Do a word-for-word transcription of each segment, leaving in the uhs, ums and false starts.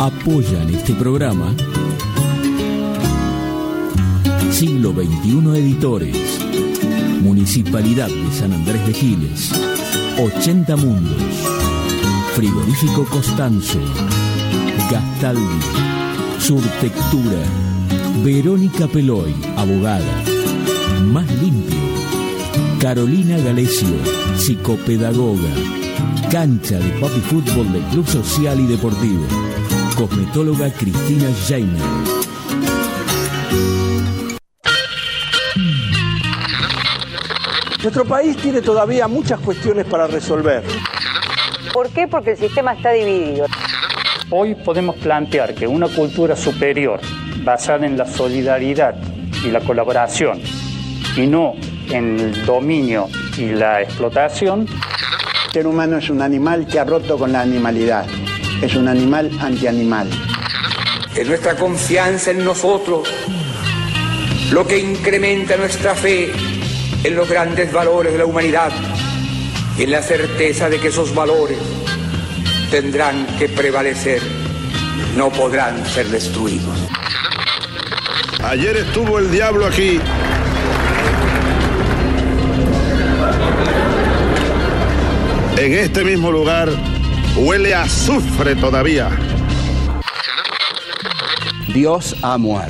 Apoyan este programa Siglo veintiuno Editores, Municipalidad de San Andrés de Giles, ochenta Mundos, Frigorífico Costanzo, Gastaldi, Surtectura, Verónica Peloy, abogada, Más Limpio, Carolina Galesio, psicopedagoga, Cancha de Papi Fútbol del Club Social y Deportivo, cosmetóloga Cristina Jaime. Nuestro país tiene todavía muchas cuestiones para resolver. ¿Por qué? Porque el sistema está dividido. Hoy podemos plantear que una cultura superior, basada en la solidaridad y la colaboración, y no en el dominio y la explotación. El ser humano es un animal que ha roto con la animalidad. Es un animal antianimal. Es nuestra confianza en nosotros lo que incrementa nuestra fe en los grandes valores de la humanidad y en la certeza de que esos valores tendrán que prevalecer, no podrán ser destruidos. Ayer estuvo el diablo aquí. En este mismo lugar huele a azufre todavía. Dios ha muerto.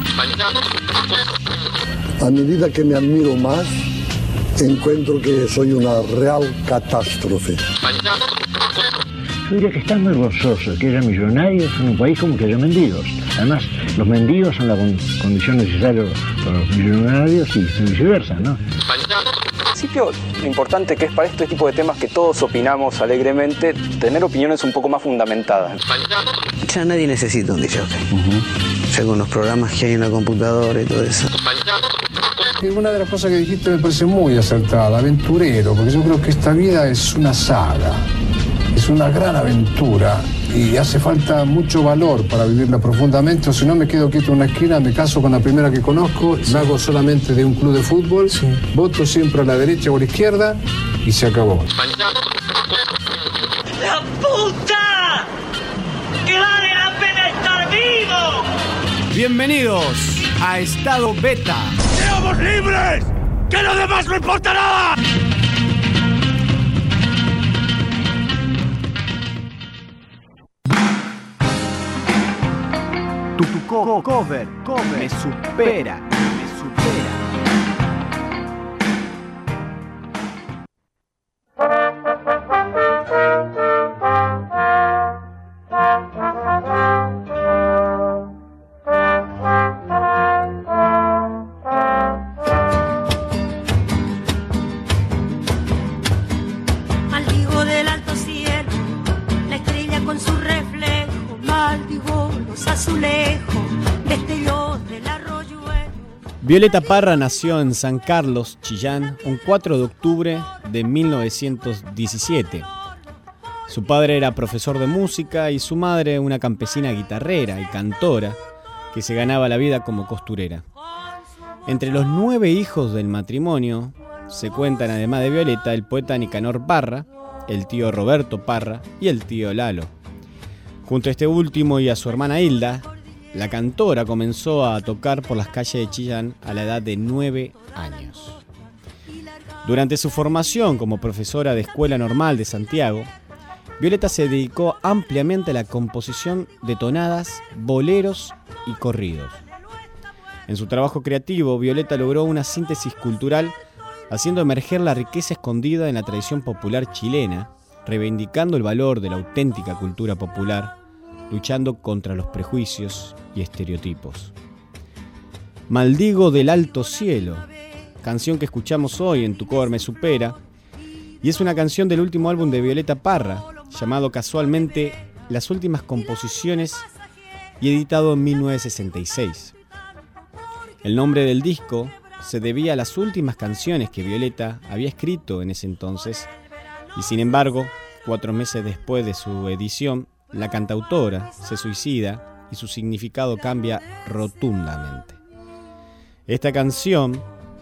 A medida que me admiro más, encuentro que soy una real catástrofe. Yo diría que están muy gozosos que haya millonarios en un país como que haya mendigos. Además, los mendigos son la con- condición necesaria para los millonarios y viceversa, ¿no? En principio, lo importante que es para este tipo de temas que todos opinamos alegremente, tener opiniones un poco más fundamentadas. Ya nadie necesita un D J. Uh-huh. Ya con los programas que hay en la computadora y todo eso. Y una de las cosas que dijiste me parece muy acertada, aventurero, porque yo creo que esta vida es una saga, es una gran aventura y hace falta mucho valor para vivirla profundamente, o si no me quedo quieto en una esquina, me caso con la primera que conozco, me hago solamente de un club de fútbol, sí. Voto siempre a la derecha o a la izquierda y se acabó. ¡La puta! ¡Que vale la pena estar vivo! Bienvenidos a Estado Beta. ¡Seamos libres! ¡Que lo demás no importa nada! Tu, tu co cover, cover me supera, me supera. Maldigo del alto cielo, la estrella con su reflejo, maldigo los azulejos, destellos del arroyuelo. Violeta Parra nació en San Carlos, Chillán, un cuatro de octubre de mil novecientos diecisiete. Su padre era profesor de música y su madre una campesina guitarrera y cantora que se ganaba la vida como costurera. Entre los nueve hijos del matrimonio se cuentan, además de Violeta, el poeta Nicanor Parra, el tío Roberto Parra y el tío Lalo. Junto a este último y a su hermana Hilda, la cantora comenzó a tocar por las calles de Chillán a la edad de nueve años. Durante su formación como profesora de Escuela Normal de Santiago, Violeta se dedicó ampliamente a la composición de tonadas, boleros y corridos. En su trabajo creativo, Violeta logró una síntesis cultural haciendo emerger la riqueza escondida en la tradición popular chilena, reivindicando el valor de la auténtica cultura popular, luchando contra los prejuicios y estereotipos. Maldigo del alto cielo, canción que escuchamos hoy en Tu cover me supera, y es una canción del último álbum de Violeta Parra, llamado casualmente Las últimas composiciones y editado en mil novecientos sesenta y seis. El nombre del disco se debía a las últimas canciones que Violeta había escrito en ese entonces, y sin embargo, cuatro meses después de su edición, la cantautora se suicida y su significado cambia rotundamente. Esta canción,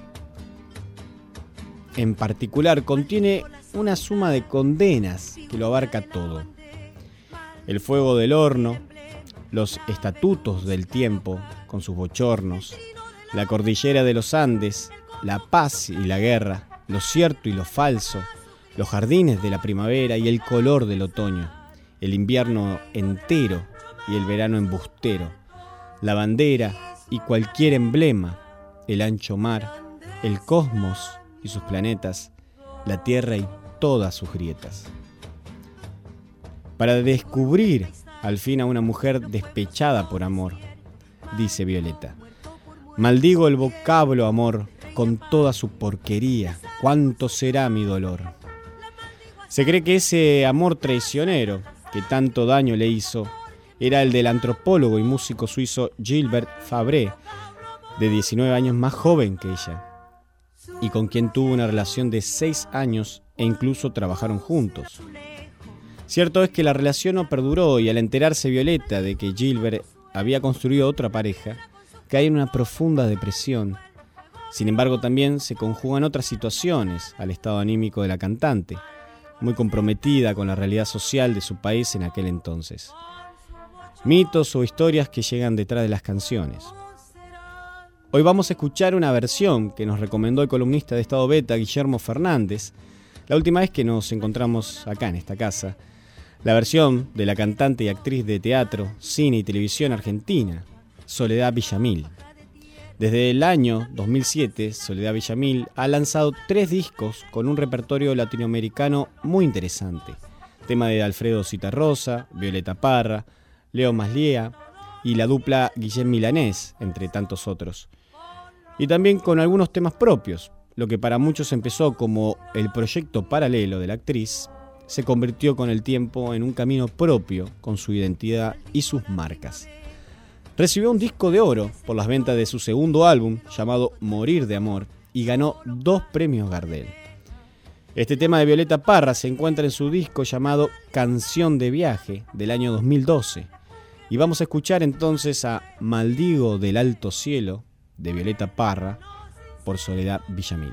en particular, contiene una suma de condenas que lo abarca todo. El fuego del horno, los estatutos del tiempo con sus bochornos, la cordillera de los Andes, la paz y la guerra, lo cierto y lo falso, los jardines de la primavera y el color del otoño, el invierno entero y el verano embustero, la bandera y cualquier emblema, el ancho mar, el cosmos y sus planetas, la tierra y todas sus grietas. Para descubrir al fin a una mujer despechada por amor, dice Violeta: maldigo el vocablo amor con toda su porquería, cuánto será mi dolor. Se cree que ese amor traicionero que tanto daño le hizo era el del antropólogo y músico suizo Gilbert Fabre, de diecinueve años más joven que ella, y con quien tuvo una relación de seis años e incluso trabajaron juntos. Cierto es que la relación no perduró y al enterarse Violeta de que Gilbert había construido otra pareja, cae en una profunda depresión. Sin embargo, también se conjugan otras situaciones al estado anímico de la cantante, muy comprometida con la realidad social de su país en aquel entonces. Mitos o historias que llegan detrás de las canciones. Hoy vamos a escuchar una versión que nos recomendó el columnista de Estado Beta, Guillermo Fernández, la última vez que nos encontramos acá en esta casa. La versión de la cantante y actriz de teatro, cine y televisión argentina, Soledad Villamil. Desde el año dos mil siete, Soledad Villamil ha lanzado tres discos con un repertorio latinoamericano muy interesante. Tema de Alfredo Citarrosa, Violeta Parra, Leo Masliea y la dupla Guillem Milanés, entre tantos otros. Y también con algunos temas propios. Lo que para muchos empezó como el proyecto paralelo de la actriz, se convirtió con el tiempo en un camino propio con su identidad y sus marcas. Recibió un disco de oro por las ventas de su segundo álbum, llamado Morir de Amor, y ganó dos premios Gardel. Este tema de Violeta Parra se encuentra en su disco llamado Canción de Viaje, del año dos mil doce. Y vamos a escuchar entonces a Maldigo del Alto Cielo, de Violeta Parra, por Soledad Villamil.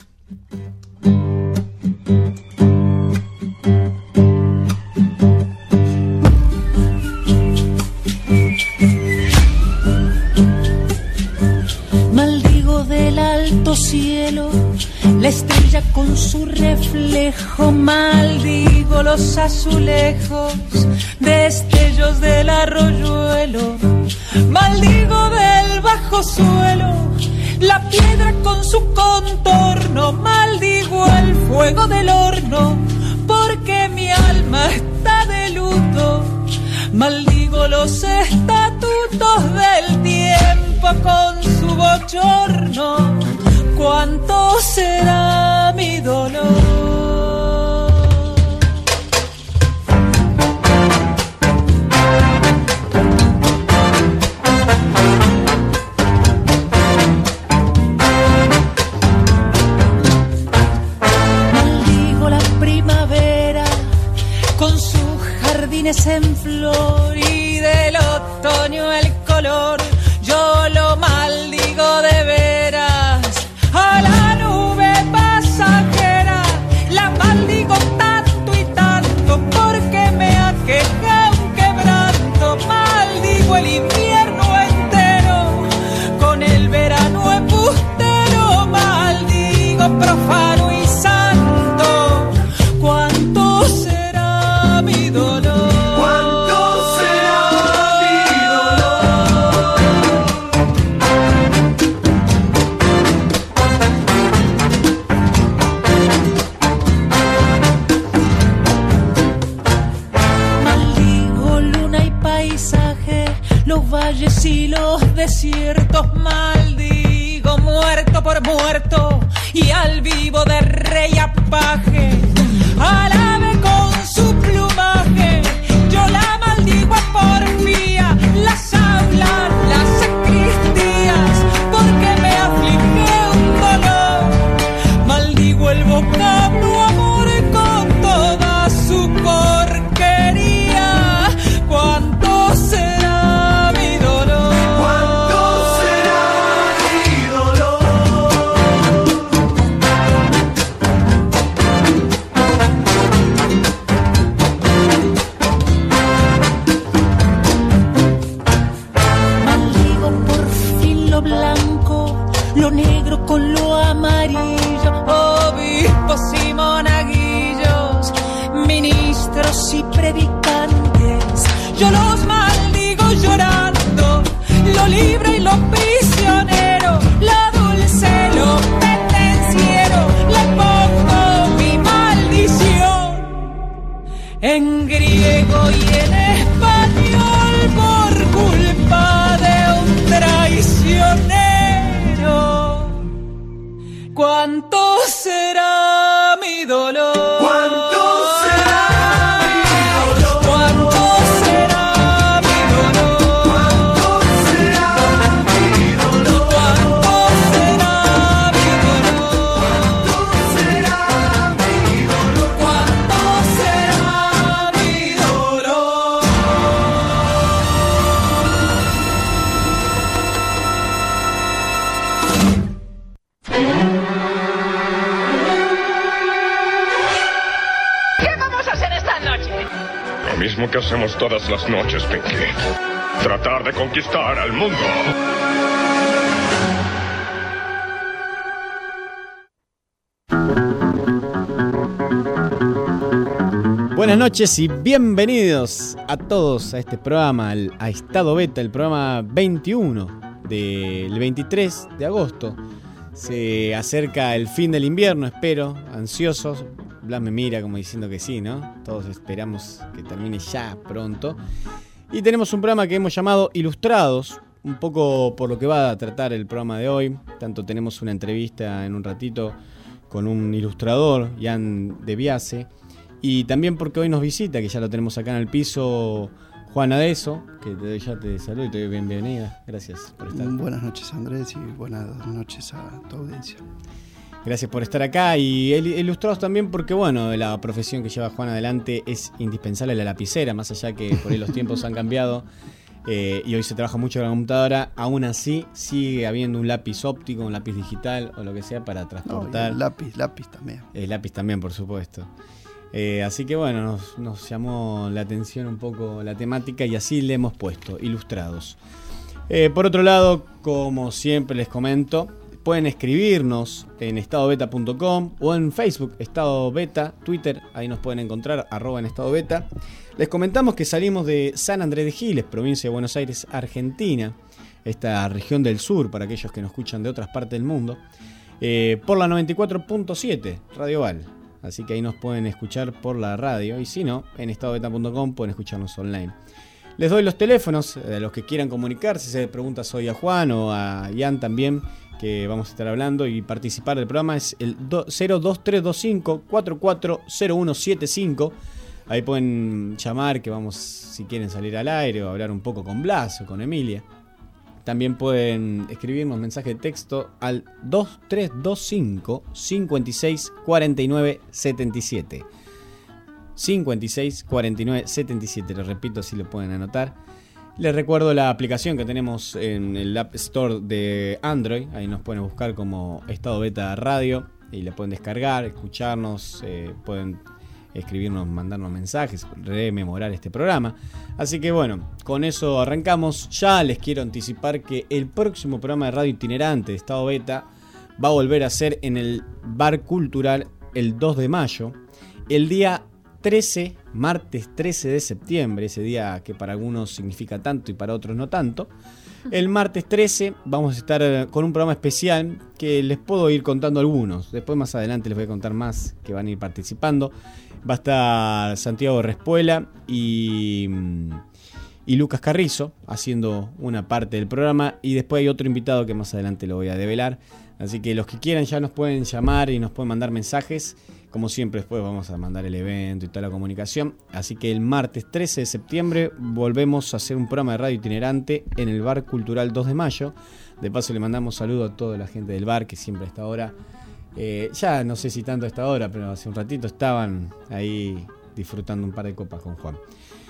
Maldigo del alto cielo, la estrella con su reflejo, maldigo los azulejos, destellos del arroyuelo, maldigo del bajo suelo, la piedra con su contorno, maldigo el fuego del horno, porque mi alma está de luto, maldigo los estatutos del tiempo con su bochorno, cuánto será mi dolor. En flor y del otoño el color, yo lo maldigo de veras. A la nube pasajera la maldigo tanto y tanto, porque me aqueja un quebranto. Maldigo el invierno entero con el verano embustero, maldigo profano y santo, cuánto será mi dolor. Y los desiertos, maldigo muerto por muerto y al vivo de rey a paje, al ave con su plumaje, yo la maldigo a porfía, las aulas, las sacristías, porque me aflige un dolor, maldigo el vocablo amor con toda su porquería, cuánto será mi dolor. amarillo, obispos y monaguillos, ministros y predicantes, yo los maldigo llorando, lo libre y lo prisionero, lo dulce, lo pendenciero, le pongo mi maldición en griego y en español por culpa de un traicionero. ¿Cuánto será mi dolor? ¿Cuánto será mi dolor? ¿Cuánto será mi dolor? ¿Cuánto será mi dolor? ¿Cuánto será mi dolor? ¿Cuánto será mi dolor? ¿Cuánto será mi dolor? Lo mismo que hacemos todas las noches, Pinky. Tratar de conquistar al mundo. Buenas noches y bienvenidos a todos a este programa, al, a Estado Beta, el programa veintiuno del veintitrés de agosto. Se acerca el fin del invierno, espero, ansiosos. Blas me mira como diciendo que sí, ¿no? Todos esperamos que termine ya pronto. Y tenemos un programa que hemos llamado Ilustrados, un poco por lo que va a tratar el programa de hoy. Tanto tenemos una entrevista en un ratito con un ilustrador, Ian de Biase, y también porque hoy nos visita, que ya lo tenemos acá en el piso, Juan Adeso, que te, ya te saludo y te doy bienvenida. Gracias por estar. Buenas noches, Andrés, y buenas noches a tu audiencia. Gracias por estar acá y Ilustrados también porque, bueno, la profesión que lleva Juan adelante es indispensable, la lapicera, más allá que por ahí los tiempos han cambiado eh, y hoy se trabaja mucho con la computadora, aún así sigue habiendo un lápiz óptico, un lápiz digital o lo que sea para transportar. No, lápiz, lápiz también. El lápiz también, por supuesto. Eh, así que, bueno, nos, nos llamó la atención un poco la temática y así le hemos puesto, Ilustrados. Eh, por otro lado, como siempre les comento, pueden escribirnos en estado beta punto com o en Facebook, Estado Beta, Twitter, ahí nos pueden encontrar, arroba en Estado Beta. Les comentamos que salimos de San Andrés de Giles, provincia de Buenos Aires, Argentina, esta región del sur, para aquellos que nos escuchan de otras partes del mundo, eh, por la noventa y cuatro punto siete, Radio Val. Así que ahí nos pueden escuchar por la radio, y si no, en estado beta punto com pueden escucharnos online. Les doy los teléfonos a los que quieran comunicarse, si se preguntas hoy a Juan o a Ian también, que vamos a estar hablando y participar del programa, es el cero dos tres dos cinco cuatro cuatro cero uno siete cinco. Ahí pueden llamar, que vamos, si quieren salir al aire o hablar un poco con Blas o con Emilia. También pueden escribirnos mensaje de texto al dos tres dos cinco cinco seis cuatro nueve siete siete. cinco seis cuatro nueve siete siete, lo repito, así lo pueden anotar. Les recuerdo la aplicación que tenemos en el App Store de Android. Ahí nos pueden buscar como Estado Beta Radio y le pueden descargar, escucharnos, eh, pueden escribirnos, mandarnos mensajes, rememorar este programa. Así que bueno, con eso arrancamos. Ya les quiero anticipar que el próximo programa de radio itinerante de Estado Beta va a volver a ser en el Bar Cultural el dos de mayo, el día trece, martes trece de septiembre, ese día que para algunos significa tanto y para otros no tanto. El martes trece vamos a estar con un programa especial que les puedo ir contando algunos. Después más adelante les voy a contar más que van a ir participando. Va a estar Santiago Respuela y, y Lucas Carrizo haciendo una parte del programa. Y después hay otro invitado que más adelante lo voy a develar. Así que los que quieran ya nos pueden llamar y nos pueden mandar mensajes. Como siempre, después vamos a mandar el evento y toda la comunicación. Así que el martes trece de septiembre volvemos a hacer un programa de radio itinerante en el Bar Cultural dos de mayo. De paso le mandamos saludos a toda la gente del bar que siempre a esta hora, eh, ya no sé si tanto a esta hora, pero hace un ratito estaban ahí disfrutando un par de copas con Juan.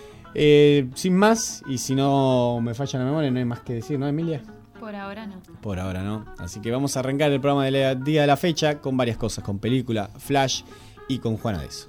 Eh, sin más, y si no me falla la memoria, no hay más que decir, ¿no, Emilia? Por ahora no. Por ahora no. Así que vamos a arrancar el programa del día de la fecha con varias cosas, con película, Flash y con Juan Adeso.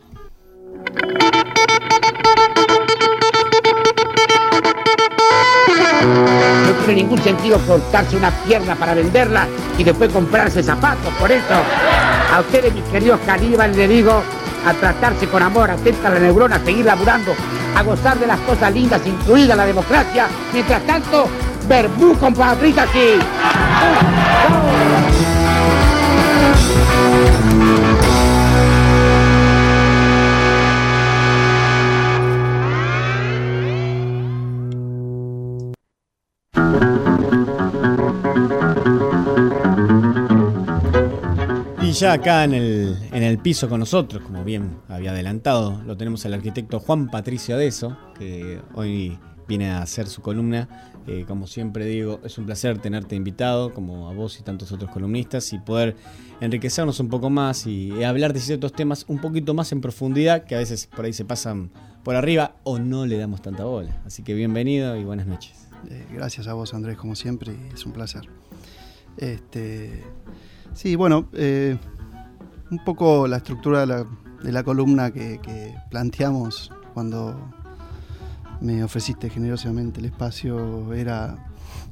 Yo tiene ningún sentido cortarse una pierna para venderla y después comprarse zapatos. Por eso, a ustedes, mis queridos caníbales, les digo, a tratarse con amor, atenta a la neurona, a seguir laburando, a gozar de las cosas lindas, incluida la democracia. Mientras tanto, verbú con patritas y... Y ya acá en el, en el piso con nosotros, como bien había adelantado, lo tenemos al arquitecto Juan Patricio Adeso, que hoy viene a hacer su columna. Eh, como siempre digo, es un placer tenerte invitado, como a vos y tantos otros columnistas, y poder enriquecernos un poco más y hablar de ciertos temas un poquito más en profundidad, que a veces por ahí se pasan por arriba o no le damos tanta bola. Así que bienvenido y buenas noches. Eh, gracias a vos, Andrés, como siempre, y es un placer. Este... Sí, bueno, eh, un poco la estructura de la, de la columna que, que planteamos cuando me ofreciste generosamente el espacio era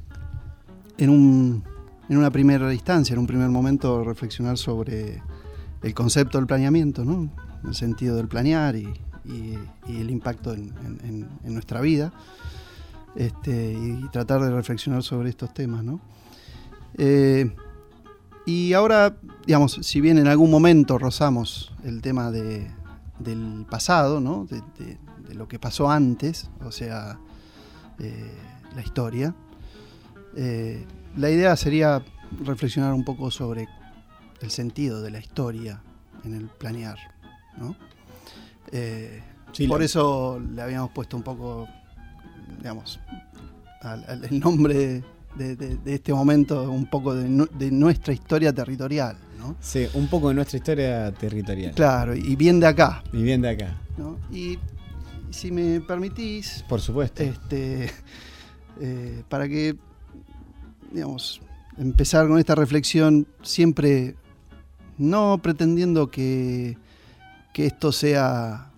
en, un, en una primera instancia, en un primer momento, reflexionar sobre el concepto del planeamiento, ¿no? El sentido del planear y, y, y el impacto en, en, en nuestra vida, este, y tratar de reflexionar sobre estos temas, ¿no? Eh, Y ahora, digamos, si bien en algún momento rozamos el tema de, del pasado, ¿no? de, de, de lo que pasó antes, o sea, eh, la historia, eh, la idea sería reflexionar un poco sobre el sentido de la historia en el planear, ¿no? Eh, sí, por la... eso le habíamos puesto un poco, digamos, al, al, el nombre... De, de, de este momento, un poco de, nu- de nuestra historia territorial, ¿no? Sí, un poco de nuestra historia territorial. Claro, y bien de acá. Y bien de acá. ¿No? Y, y si me permitís... Por supuesto. Este, eh, para que, digamos, empezar con esta reflexión, siempre no pretendiendo que, que esto sea...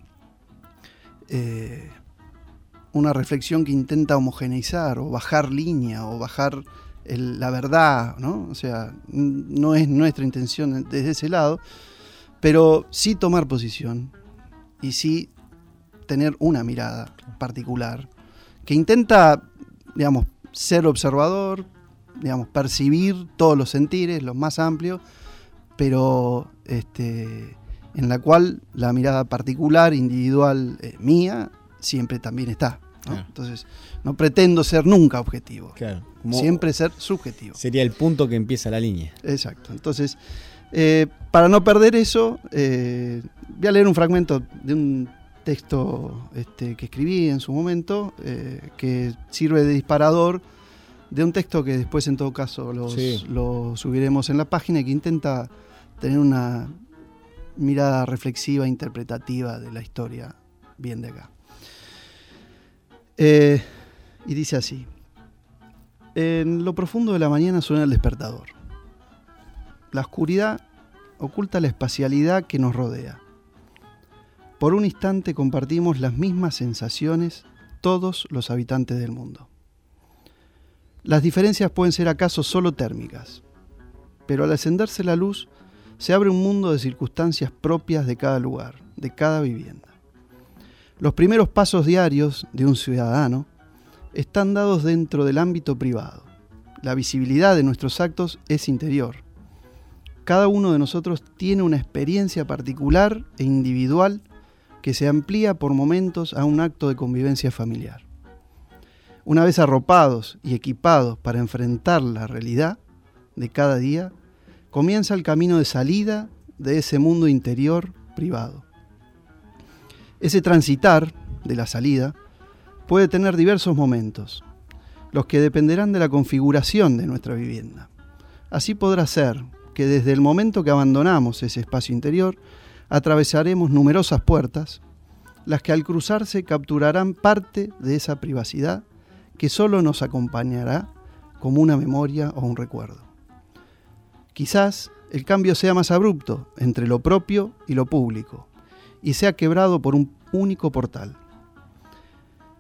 Eh, una reflexión que intenta homogeneizar o bajar línea o bajar el, la verdad, ¿no? O sea, no es nuestra intención desde ese lado, pero sí tomar posición y sí tener una mirada particular que intenta, digamos, ser observador, digamos, percibir todos los sentires, los más amplios, pero este, en la cual la mirada particular, individual, eh, mía, siempre también está, ¿no? Claro. Entonces, no pretendo ser nunca objetivo. Claro. Siempre ser subjetivo. Sería el punto que empieza la línea. Exacto. Entonces, eh, para no perder eso, eh, voy a leer un fragmento de un texto este, que escribí en su momento, eh, que sirve de disparador de un texto que después, en todo caso, los, sí. lo subiremos en la página y que intenta tener una mirada reflexiva, interpretativa de la historia bien de acá. Eh, y dice así: en lo profundo de la mañana suena el despertador. La oscuridad oculta la espacialidad que nos rodea. Por un instante compartimos las mismas sensaciones todos los habitantes del mundo. Las diferencias pueden ser acaso solo térmicas, pero al encenderse la luz se abre un mundo de circunstancias propias de cada lugar, de cada vivienda. Los primeros pasos diarios de un ciudadano están dados dentro del ámbito privado. La visibilidad de nuestros actos es interior. Cada uno de nosotros tiene una experiencia particular e individual que se amplía por momentos a un acto de convivencia familiar. Una vez arropados y equipados para enfrentar la realidad de cada día, comienza el camino de salida de ese mundo interior privado. Ese transitar de la salida puede tener diversos momentos, los que dependerán de la configuración de nuestra vivienda. Así podrá ser que desde el momento que abandonamos ese espacio interior, atravesaremos numerosas puertas, las que al cruzarse capturarán parte de esa privacidad que solo nos acompañará como una memoria o un recuerdo. Quizás el cambio sea más abrupto entre lo propio y lo público, y sea quebrado por un único portal.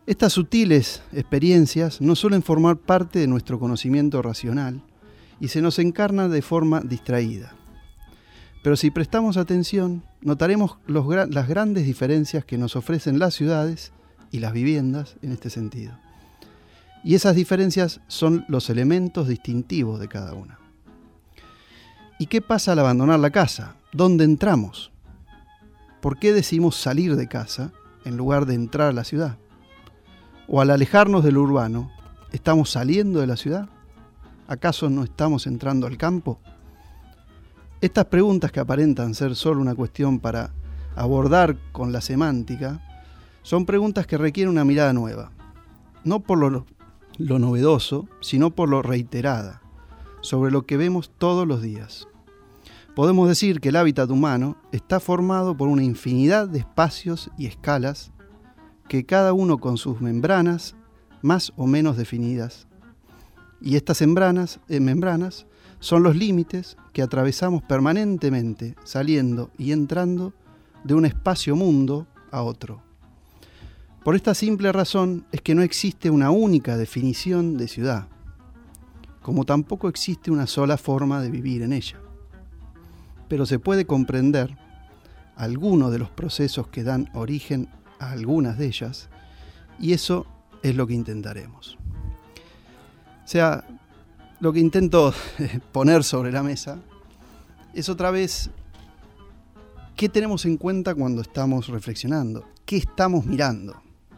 Estas sutiles experiencias no suelen formar parte de nuestro conocimiento racional y se nos encarnan de forma distraída. Pero si prestamos atención, notaremos los, las grandes diferencias que nos ofrecen las ciudades y las viviendas en este sentido. Y esas diferencias son los elementos distintivos de cada una. ¿Y qué pasa al abandonar la casa? ¿Dónde entramos? ¿Por qué decimos salir de casa en lugar de entrar a la ciudad? ¿O al alejarnos de lo urbano, estamos saliendo de la ciudad? ¿Acaso no estamos entrando al campo? Estas preguntas, que aparentan ser solo una cuestión para abordar con la semántica, son preguntas que requieren una mirada nueva, no por lo, lo novedoso, sino por lo reiterada, sobre lo que vemos todos los días. Podemos decir que el hábitat humano está formado por una infinidad de espacios y escalas, que cada uno con sus membranas más o menos definidas. Y estas membranas, eh, membranas son los límites que atravesamos permanentemente, saliendo y entrando de un espacio-mundo a otro. Por esta simple razón es que no existe una única definición de ciudad, como tampoco existe una sola forma de vivir en ella. Pero se puede comprender algunos de los procesos que dan origen a algunas de ellas, y eso es lo que intentaremos. O sea, lo que intento poner sobre la mesa es otra vez qué tenemos en cuenta cuando estamos reflexionando, qué estamos mirando.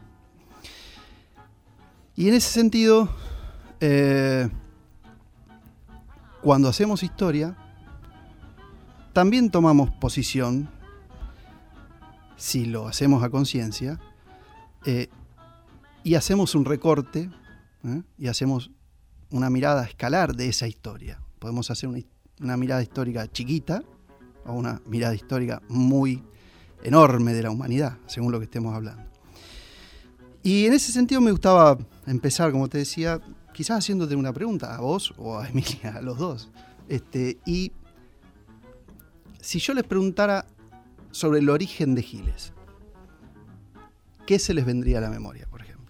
Y en ese sentido, eh, cuando hacemos historia, también tomamos posición, si lo hacemos a conciencia, eh, y hacemos un recorte, ¿eh? y hacemos una mirada escalar de esa historia. Podemos hacer una, una mirada histórica chiquita o una mirada histórica muy enorme de la humanidad, según lo que estemos hablando. Y en ese sentido me gustaba empezar, como te decía, quizás haciéndote una pregunta a vos o a Emilia, a los dos. Este, y si yo les preguntara sobre el origen de Giles, ¿qué se les vendría a la memoria, por ejemplo?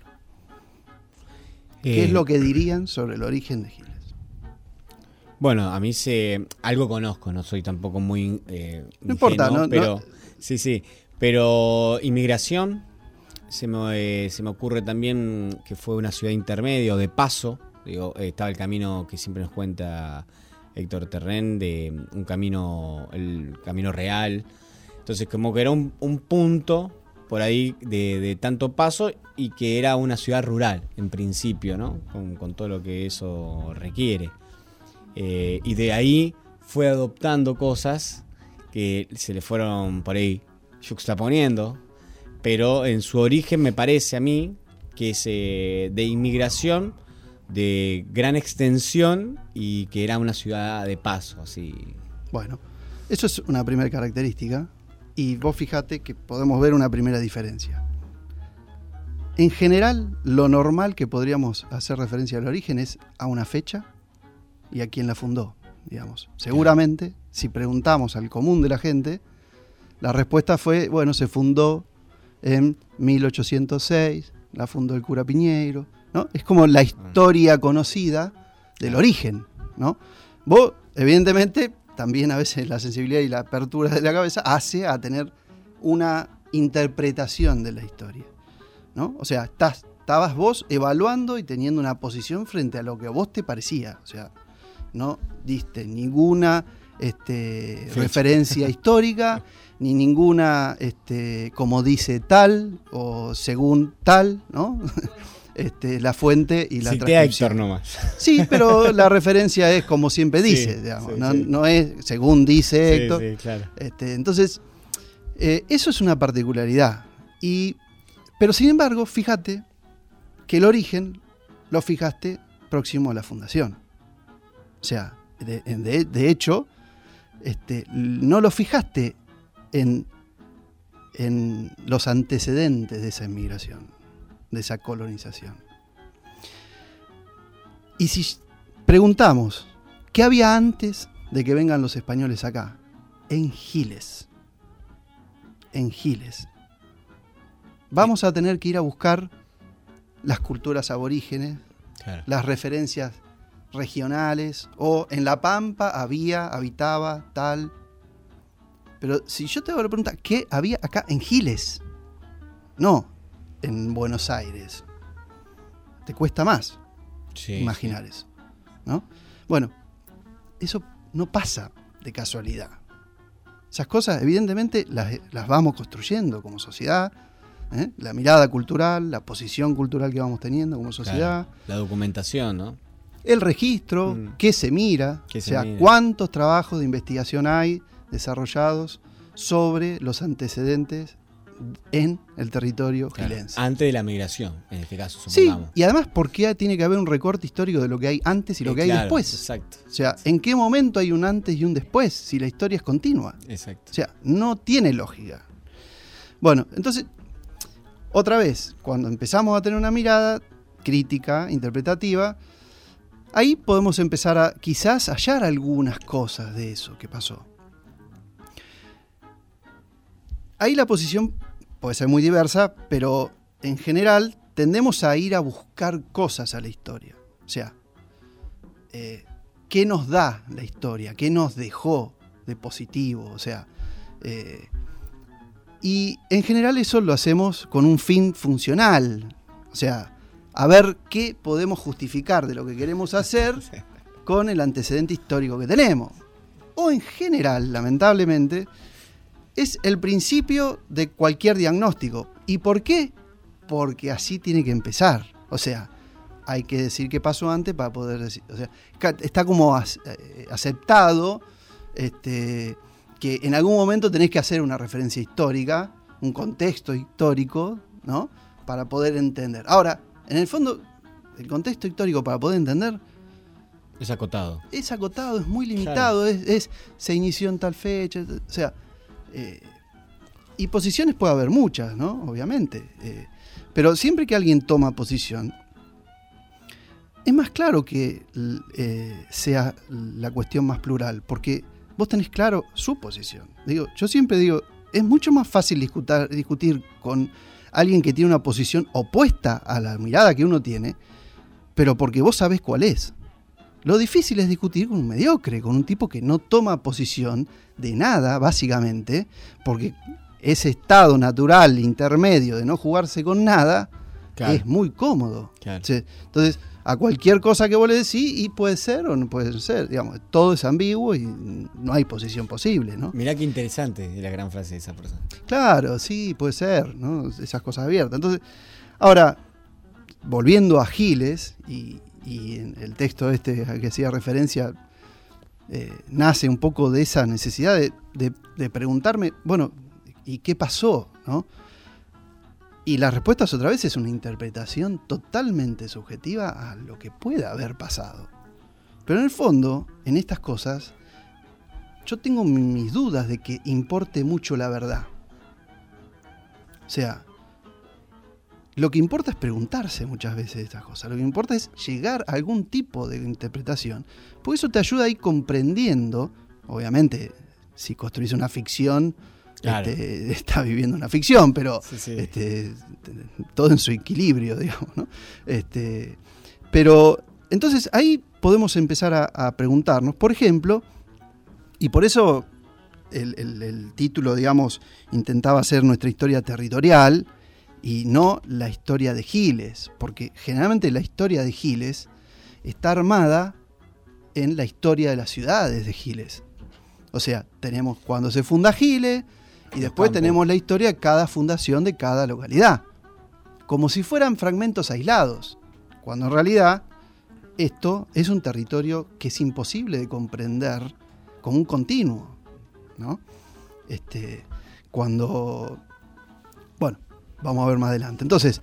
¿Qué eh, es lo que dirían sobre el origen de Giles? Bueno, a mí se algo conozco, no soy tampoco muy eh, no importa, ingenuo, no, pero no. sí, sí, pero inmigración se me eh, se me ocurre también que fue una ciudad intermedia o de paso, digo, eh, estaba el camino que siempre nos cuenta Héctor Terren, de un camino, el camino real. Entonces, como que era un, un punto por ahí de, de tanto paso y que era una ciudad rural, en principio, ¿no? Con, con todo lo que eso requiere. Eh, y de ahí fue adoptando cosas que se le fueron por ahí yuxtaponiendo, pero en su origen me parece a mí que es eh, de inmigración de gran extensión y que era una ciudad de paso, así. Bueno, eso es una primera característica y vos fíjate que podemos ver una primera diferencia. En general, lo normal que podríamos hacer referencia al origen es a una fecha y a quién la fundó, digamos. Seguramente, si preguntamos al común de la gente, la respuesta fue, bueno, se fundó en mil ochocientos seis, la fundó el cura Piñeiro, ¿no? Es como la historia conocida del origen, ¿no? Vos, evidentemente, también a veces la sensibilidad y la apertura de la cabeza hace a tener una interpretación de la historia, ¿no? O sea, estás, estabas vos evaluando y teniendo una posición frente a lo que a vos te parecía, o sea, no diste ninguna este, referencia histórica, ni ninguna, este, como dice tal, o según tal, ¿no? Este, la fuente y la Cité transcripción. A Héctor nomás. Sí, pero la referencia es como siempre dice, sí, digamos, sí, no, sí. no es según dice sí, Héctor. Sí, claro. Este, entonces, eh, eso es una particularidad. Y, pero sin embargo, fíjate que el origen lo fijaste próximo a la fundación. O sea, de, de, de hecho, este, no lo fijaste en, en los antecedentes de esa inmigración, de esa colonización. Y si preguntamos, ¿qué había antes de que vengan los españoles acá? En Giles. En Giles. Vamos a tener que ir a buscar las culturas aborígenes, claro. las referencias regionales, o en La Pampa había, habitaba, tal. Pero si yo te hago la pregunta, ¿qué había acá en Giles? No en Buenos Aires. Te cuesta más sí, imaginar sí. eso, ¿no? Bueno, eso no pasa de casualidad. Esas cosas, evidentemente, las, las vamos construyendo como sociedad, ¿eh? La mirada cultural, la posición cultural que vamos teniendo como sociedad. Claro. La documentación, ¿no? El registro, mm. qué se mira, ¿Qué o se sea, mira? cuántos trabajos de investigación hay desarrollados sobre los antecedentes en el territorio claro. gilense. Antes de la migración, en este caso, Sí, supongamos. y además, ¿por qué tiene que haber un recorte histórico de lo que hay antes y lo Eh, que claro, hay después? Exacto. O sea, ¿en qué momento hay un antes y un después si la historia es continua? Exacto. O sea, no tiene lógica. Bueno, entonces, otra vez, cuando empezamos a tener una mirada crítica, interpretativa, ahí podemos empezar a quizás hallar algunas cosas de eso que pasó. Ahí la posición puede ser muy diversa, pero en general tendemos a ir a buscar cosas a la historia. O sea, eh, ¿qué nos da la historia? ¿Qué nos dejó de positivo? O sea, eh, y en general eso lo hacemos con un fin funcional. O sea, a ver qué podemos justificar de lo que queremos hacer con el antecedente histórico que tenemos. O en general, lamentablemente, es el principio de cualquier diagnóstico. ¿Y por qué? Porque así tiene que empezar. O sea, hay que decir qué pasó antes para poder decir. O sea, está como aceptado este, que en algún momento tenés que hacer una referencia histórica, un contexto histórico, ¿no? Para poder entender. Ahora, en el fondo, el contexto histórico para poder entender es acotado. Es acotado, es muy limitado, claro. es, es se inició en tal fecha, o sea. Eh, y posiciones puede haber muchas, ¿no? Obviamente. Eh, pero siempre que alguien toma posición, es más claro que eh, sea la cuestión más plural, porque vos tenés claro su posición. Digo, yo siempre digo, es mucho más fácil discutir, discutir con alguien que tiene una posición opuesta a la mirada que uno tiene, pero porque vos sabés cuál es. Lo difícil es discutir con un mediocre, con un tipo que no toma posición de nada, básicamente, porque ese estado natural intermedio de no jugarse con nada claro. es muy cómodo. Claro. Entonces, a cualquier cosa que vos le decís, y puede ser o no puede ser, digamos, todo es ambiguo y no hay posición posible, ¿no? Mirá qué interesante la gran frase de esa persona. Claro, sí, puede ser, ¿no? Esas cosas abiertas. Entonces, ahora, volviendo a Giles, y, y en el texto este al que hacía referencia, eh, nace un poco de esa necesidad de, de, de preguntarme, bueno, ¿y qué pasó? ¿No? Y la respuesta otra vez es una interpretación totalmente subjetiva a lo que pueda haber pasado. Pero en el fondo, en estas cosas, yo tengo mis dudas de que importe mucho la verdad. O sea, lo que importa es preguntarse muchas veces estas cosas. Lo que importa es llegar a algún tipo de interpretación. Porque eso te ayuda a ir comprendiendo, obviamente, si construís una ficción, claro. este, está viviendo una ficción, pero sí, sí. Este, todo en su equilibrio, digamos, ¿no? Este, pero entonces ahí podemos empezar a, a preguntarnos, por ejemplo, y por eso el, el, el título, digamos, intentaba hacer nuestra historia territorial y no la historia de Giles, porque generalmente la historia de Giles está armada en la historia de las ciudades de Giles. O sea, tenemos cuando se funda Giles y después tenemos la historia de cada fundación de cada localidad, como si fueran fragmentos aislados, cuando en realidad esto es un territorio que es imposible de comprender como un continuo, ¿no? Este, cuando, bueno, vamos a ver más adelante. Entonces,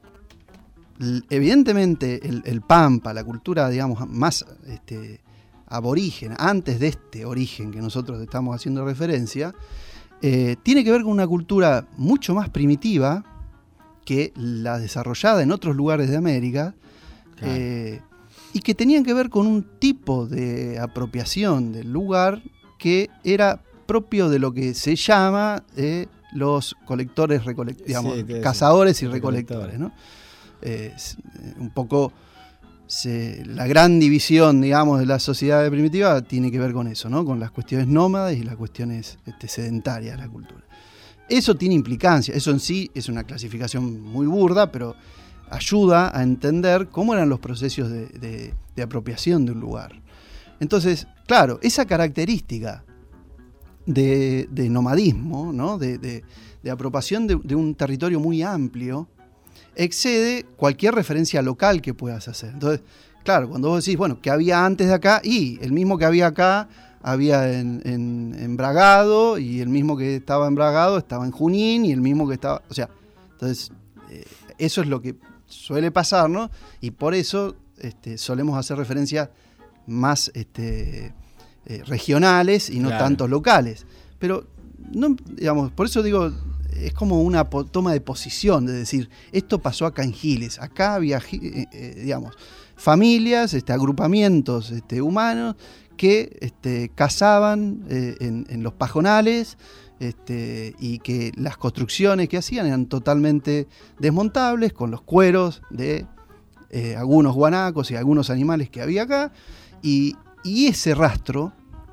evidentemente el, el Pampa, la cultura, digamos, más este, aborigen, antes de este origen que nosotros estamos haciendo referencia, eh, tiene que ver con una cultura mucho más primitiva que la desarrollada en otros lugares de América, claro. eh, y que tenían que ver con un tipo de apropiación del lugar que era propio de lo que se llama eh, los colectores, recolect- digamos, sí, cazadores y recolectores, ¿no? eh, un poco se, la gran división, digamos, de la sociedad primitiva tiene que ver con eso, ¿no? Con las cuestiones nómadas y las cuestiones este, sedentarias de la cultura. Eso tiene implicancia, eso en sí es una clasificación muy burda, pero ayuda a entender cómo eran los procesos de, de, de apropiación de un lugar. Entonces, claro, esa característica de, de nomadismo, ¿no? de, de, de apropiación de, de un territorio muy amplio, excede cualquier referencia local que puedas hacer. Entonces, claro, cuando vos decís, bueno, ¿qué había antes de acá? Y el mismo que había acá había en, en, en Bragado, y el mismo que estaba en Bragado estaba en Junín, y el mismo que estaba... O sea, entonces, eh, eso es lo que suele pasar, ¿no? Y por eso este, solemos hacer referencias más este, eh, regionales y no Claro. tanto locales. Pero, no, digamos, por eso digo, es como una po- toma de posición, de decir, esto pasó acá en Giles, acá había, eh, eh, digamos, familias, este, agrupamientos este, humanos que este, cazaban eh, en, en los pajonales, este, y que las construcciones que hacían eran totalmente desmontables, con los cueros de eh, algunos guanacos y algunos animales que había acá, y, y ese rastro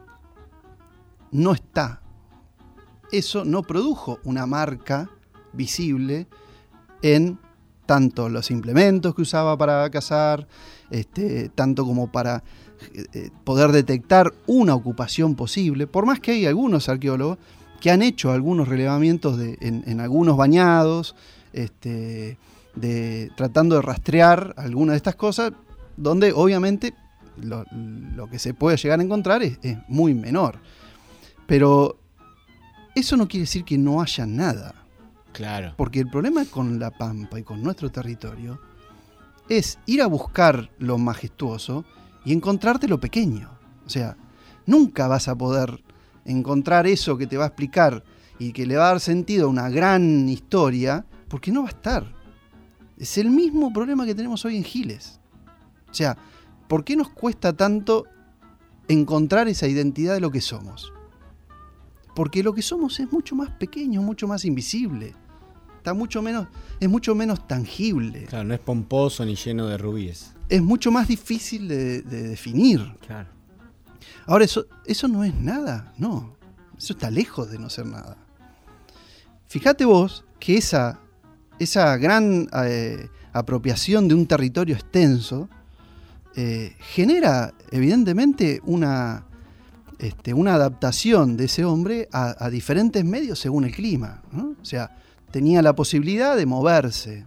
no está. Eso no produjo una marca visible en tanto los implementos que usaba para cazar, este, tanto como para eh, poder detectar una ocupación posible, por más que hay algunos arqueólogos que han hecho algunos relevamientos de, en, en algunos bañados, este, de, tratando de rastrear algunas de estas cosas, donde obviamente lo, lo que se puede llegar a encontrar es, es muy menor. Pero eso no quiere decir que no haya nada. Claro. Porque el problema con la Pampa y con nuestro territorio es ir a buscar lo majestuoso y encontrarte lo pequeño. O sea, nunca vas a poder encontrar eso que te va a explicar y que le va a dar sentido a una gran historia, porque no va a estar. Es el mismo problema que tenemos hoy en Giles. O sea, ¿por qué nos cuesta tanto encontrar esa identidad de lo que somos? Porque lo que somos es mucho más pequeño, mucho más invisible. Está mucho menos, es mucho menos tangible. Claro, no es pomposo ni lleno de rubíes. Es mucho más difícil de, de definir. Claro. Ahora, eso, eso no es nada, no. Eso está lejos de no ser nada. Fíjate vos que esa, esa gran eh, apropiación de un territorio extenso eh, genera evidentemente una, este, una adaptación de ese hombre a, a diferentes medios según el clima, ¿no? O sea, tenía la posibilidad de moverse.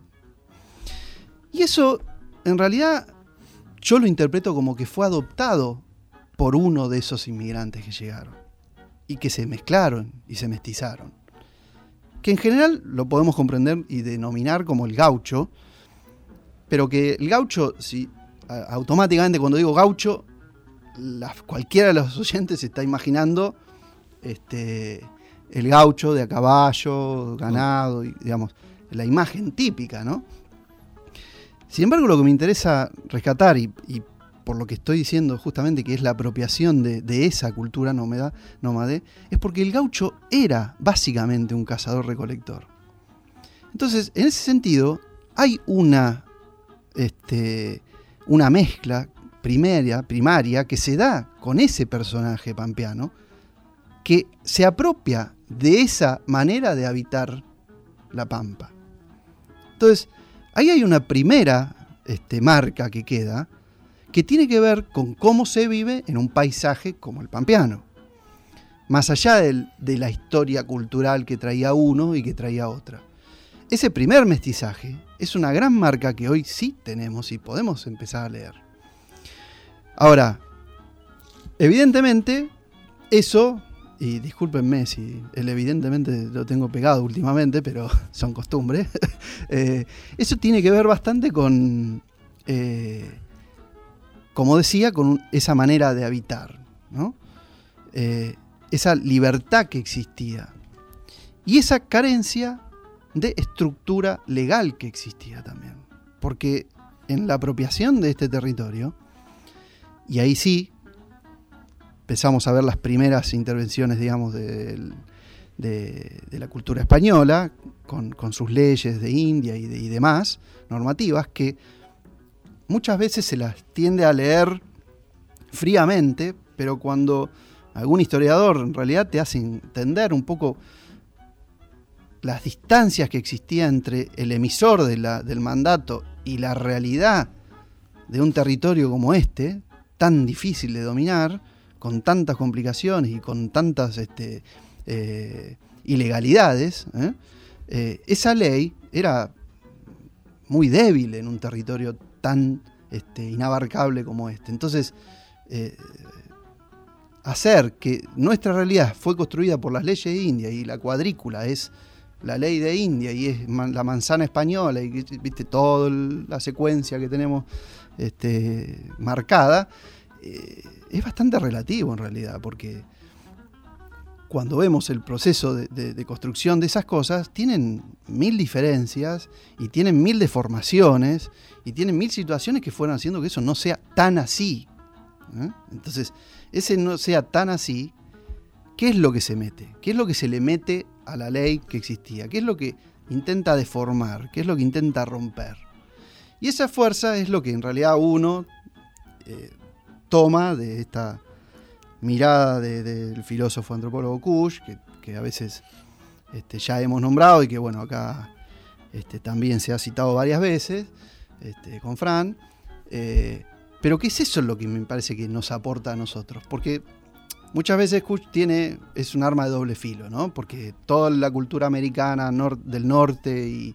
Y eso, en realidad, yo lo interpreto como que fue adoptado por uno de esos inmigrantes que llegaron y que se mezclaron y se mestizaron, que en general lo podemos comprender y denominar como el gaucho, pero que el gaucho, si a, automáticamente cuando digo gaucho, la, cualquiera de los oyentes se está imaginando este, el gaucho de a caballo, ganado, y, digamos, la imagen típica, ¿no? Sin embargo, lo que me interesa rescatar y, y por lo que estoy diciendo justamente que es la apropiación de, de esa cultura nómada, nómade, es porque el gaucho era básicamente un cazador-recolector. Entonces, en ese sentido, hay una, este, una mezcla primaria, primaria que se da con ese personaje pampeano que se apropia de esa manera de habitar la pampa. Entonces, ahí hay una primera este, marca que queda, que tiene que ver con cómo se vive en un paisaje como el pampeano. Más allá del, de la historia cultural que traía uno y que traía otra. Ese primer mestizaje es una gran marca que hoy sí tenemos y podemos empezar a leer. Ahora, evidentemente, eso, y discúlpenme si el evidentemente lo tengo pegado últimamente, pero son costumbres, eh, eso tiene que ver bastante con... Eh, como decía, con esa manera de habitar, ¿no? Eh, esa libertad que existía y esa carencia de estructura legal que existía también. Porque en la apropiación de este territorio, y ahí sí empezamos a ver las primeras intervenciones, digamos, del, de, de la cultura española, con, con sus leyes de India y, de, y demás normativas, que muchas veces se las tiende a leer fríamente, pero cuando algún historiador en realidad te hace entender un poco las distancias que existía entre el emisor de la, del mandato y la realidad de un territorio como este, tan difícil de dominar, con tantas complicaciones y con tantas este, eh, ilegalidades, ¿eh? Eh, esa ley era muy débil en un territorio tan este, inabarcable como este. Entonces, eh, hacer que nuestra realidad fue construida por las leyes de India y la cuadrícula es la ley de India y es man, la manzana española y viste toda la secuencia que tenemos este, marcada, eh, es bastante relativo en realidad, porque cuando vemos el proceso de, de, de construcción de esas cosas, tienen mil diferencias y tienen mil deformaciones y tienen mil situaciones que fueron haciendo que eso no sea tan así, ¿eh? Entonces, ese no sea tan así, ¿qué es lo que se mete? ¿Qué es lo que se le mete a la ley que existía? ¿Qué es lo que intenta deformar? ¿Qué es lo que intenta romper? Y esa fuerza es lo que en realidad uno eh, toma de esta mirada de, de, del filósofo antropólogo Kusch, que, que a veces este, ya hemos nombrado y que bueno, acá este, también se ha citado varias veces este, con Fran, eh, pero ¿qué es eso lo que me parece que nos aporta a nosotros? Porque muchas veces Kusch tiene, es un arma de doble filo, ¿no? Porque toda la cultura americana nor- del norte y,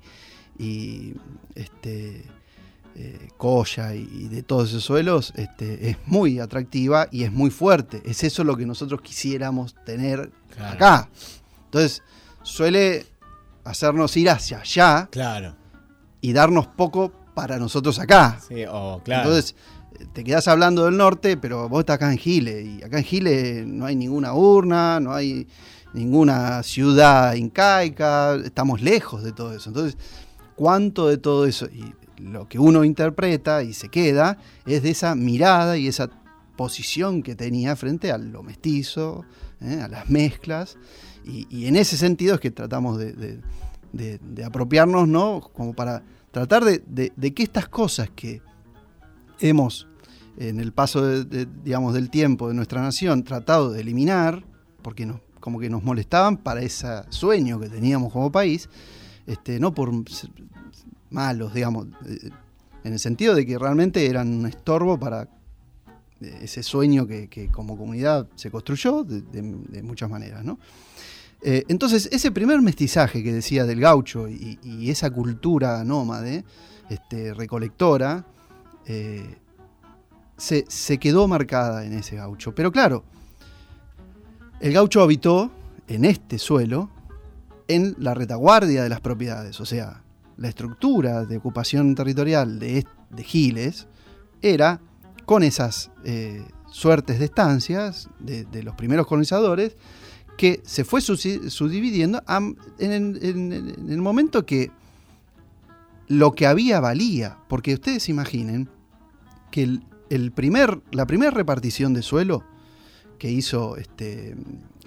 y este, eh, Coya y, y de todos esos suelos este, es muy atractiva y es muy fuerte. Es eso lo que nosotros quisiéramos tener claro. acá. Entonces suele hacernos ir hacia allá claro. y darnos poco para nosotros acá. Sí, oh, claro. Entonces te quedás hablando del norte, pero vos estás acá en Giles, y acá en Giles no hay ninguna urna, no hay ninguna ciudad incaica, estamos lejos de todo eso. Entonces, ¿cuánto de todo eso? Y lo que uno interpreta y se queda es de esa mirada y esa posición que tenía frente a lo mestizo, ¿eh? a las mezclas, y, y en ese sentido es que tratamos de, de, de, de apropiarnos, ¿no? Como para tratar de, de, de que estas cosas que hemos, en el paso de, de, digamos, del tiempo de nuestra nación, tratado de eliminar, porque nos, como que nos molestaban para ese sueño que teníamos como país, este, no por malos, digamos, en el sentido de que realmente eran un estorbo para ese sueño que, que como comunidad se construyó de, de, de muchas maneras, ¿no? Eh, entonces, ese primer mestizaje que decía del gaucho y, y esa cultura nómade, este, recolectora, eh, se, se quedó marcada en ese gaucho. Pero claro, el gaucho habitó en este suelo, en la retaguardia de las propiedades, o sea, la estructura de ocupación territorial de, de Giles era con esas eh, suertes de estancias de, de los primeros colonizadores, que se fue subdividiendo en, en, en, en el momento que lo que había valía, porque ustedes imaginen que el, el primer, la primera repartición de suelo que hizo este, eh,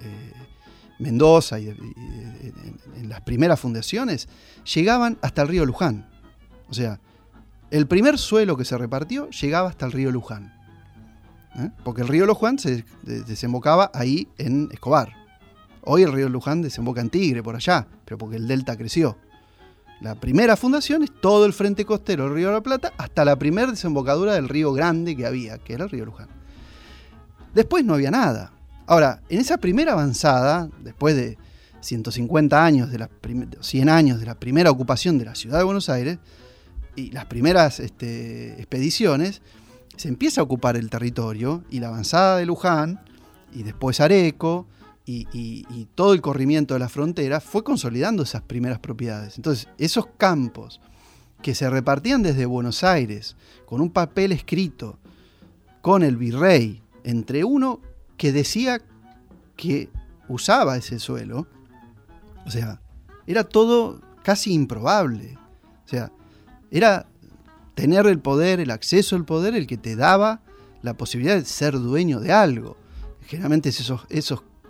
Mendoza y, y, y en las primeras fundaciones llegaban hasta el río Luján. O sea, el primer suelo que se repartió llegaba hasta el río Luján, ¿eh? Porque el río Luján se desembocaba ahí en Escobar. Hoy el río Luján desemboca en Tigre, por allá, pero porque el delta creció. La primera fundación es todo el frente costero del río de la Plata hasta la primera desembocadura del río Grande que había, que era el río Luján. Después no había nada. Ahora, en esa primera avanzada, después de ciento cincuenta años, de la prim- cien años de la primera ocupación de la ciudad de Buenos Aires y las primeras este, expediciones, se empieza a ocupar el territorio y la avanzada de Luján y después Areco y, y, y todo el corrimiento de la frontera fue consolidando esas primeras propiedades. Entonces, esos campos que se repartían desde Buenos Aires con un papel escrito con el virrey, entre uno que decía que usaba ese suelo, o sea, era todo casi improbable. O sea, era tener el poder, el acceso al poder, el que te daba la posibilidad de ser dueño de algo. Generalmente esos, esos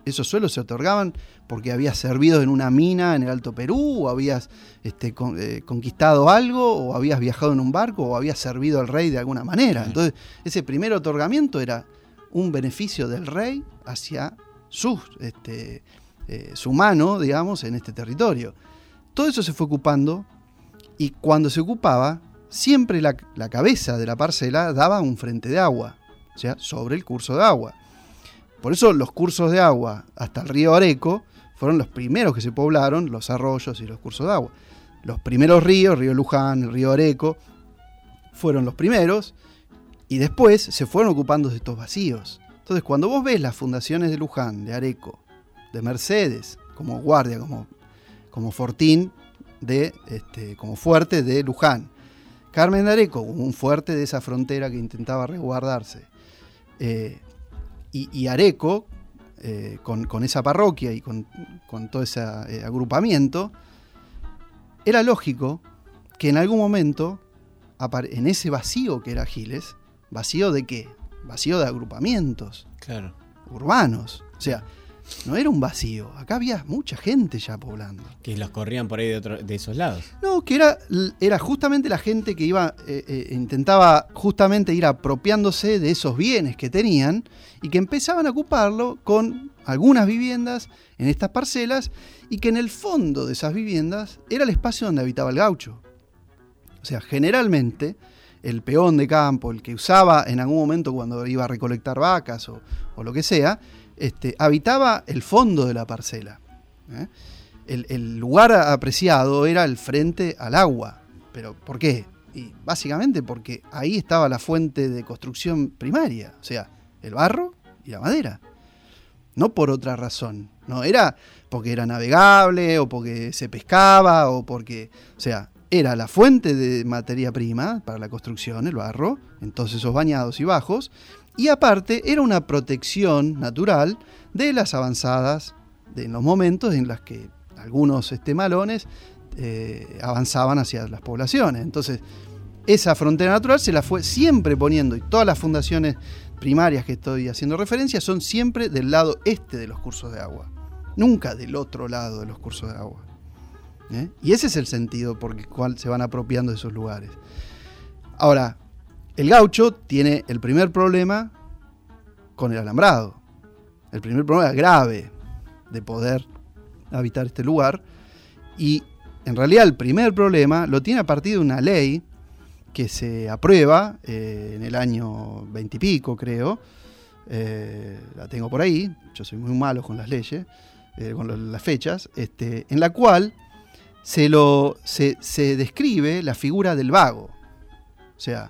esos suelos se otorgaban porque habías servido en una mina en el Alto Perú, o habías este, con, eh, conquistado algo, o habías viajado en un barco, o habías servido al rey de alguna manera. Entonces, ese primer otorgamiento era un beneficio del rey hacia su, este, eh, su mano, digamos, en este territorio. Todo eso se fue ocupando, y cuando se ocupaba, siempre la, la cabeza de la parcela daba un frente de agua, o sea, sobre el curso de agua. Por eso los cursos de agua hasta el río Areco fueron los primeros que se poblaron, los arroyos y los cursos de agua. Los primeros ríos, río Luján, el río Areco, fueron los primeros, y después se fueron ocupando de estos vacíos. Entonces, cuando vos ves las fundaciones de Luján, de Areco, de Mercedes, como guardia, como, como fortín, de, este, como fuerte de Luján, Carmen de Areco, un fuerte de esa frontera que intentaba resguardarse, eh, y, y Areco, eh, con, con esa parroquia y con, con todo ese eh, agrupamiento, era lógico que en algún momento, en ese vacío que era Giles, ¿vacío de qué? Vacío de agrupamientos, claro, urbanos. O sea, no era un vacío, acá había mucha gente ya poblando. Que los corrían por ahí de, otro, de esos lados. No, que era, era justamente la gente que iba, eh, eh, intentaba justamente ir apropiándose de esos bienes que tenían y que empezaban a ocuparlo con algunas viviendas en estas parcelas, y que en el fondo de esas viviendas era el espacio donde habitaba el gaucho. O sea, generalmente el peón de campo, el que usaba en algún momento cuando iba a recolectar vacas o, o lo que sea, Este, habitaba el fondo de la parcela. ¿eh? El, el lugar apreciado era el frente al agua. ¿Pero por qué? Y básicamente porque ahí estaba la fuente de construcción primaria, o sea, el barro y la madera. No por otra razón. No era porque era navegable o porque se pescaba o porque... O sea, era la fuente de materia prima para la construcción, el barro, entonces esos bañados y bajos. Y aparte era una protección natural de las avanzadas, de, en los momentos en los que algunos este, malones eh, avanzaban hacia las poblaciones. Entonces, esa frontera natural se la fue siempre poniendo, y todas las fundaciones primarias que estoy haciendo referencia son siempre del lado este de los cursos de agua, nunca del otro lado de los cursos de agua. ¿eh? Y ese es el sentido por el cual se van apropiando de esos lugares. Ahora, el gaucho tiene el primer problema con el alambrado. El primer problema grave de poder habitar este lugar. Y en realidad el primer problema lo tiene a partir de una ley que se aprueba eh, en el año veintipico, creo. Eh, la tengo por ahí. Yo soy muy malo con las leyes, eh, con lo, las fechas. Este, en la cual se, lo, se, se describe la figura del vago. O sea,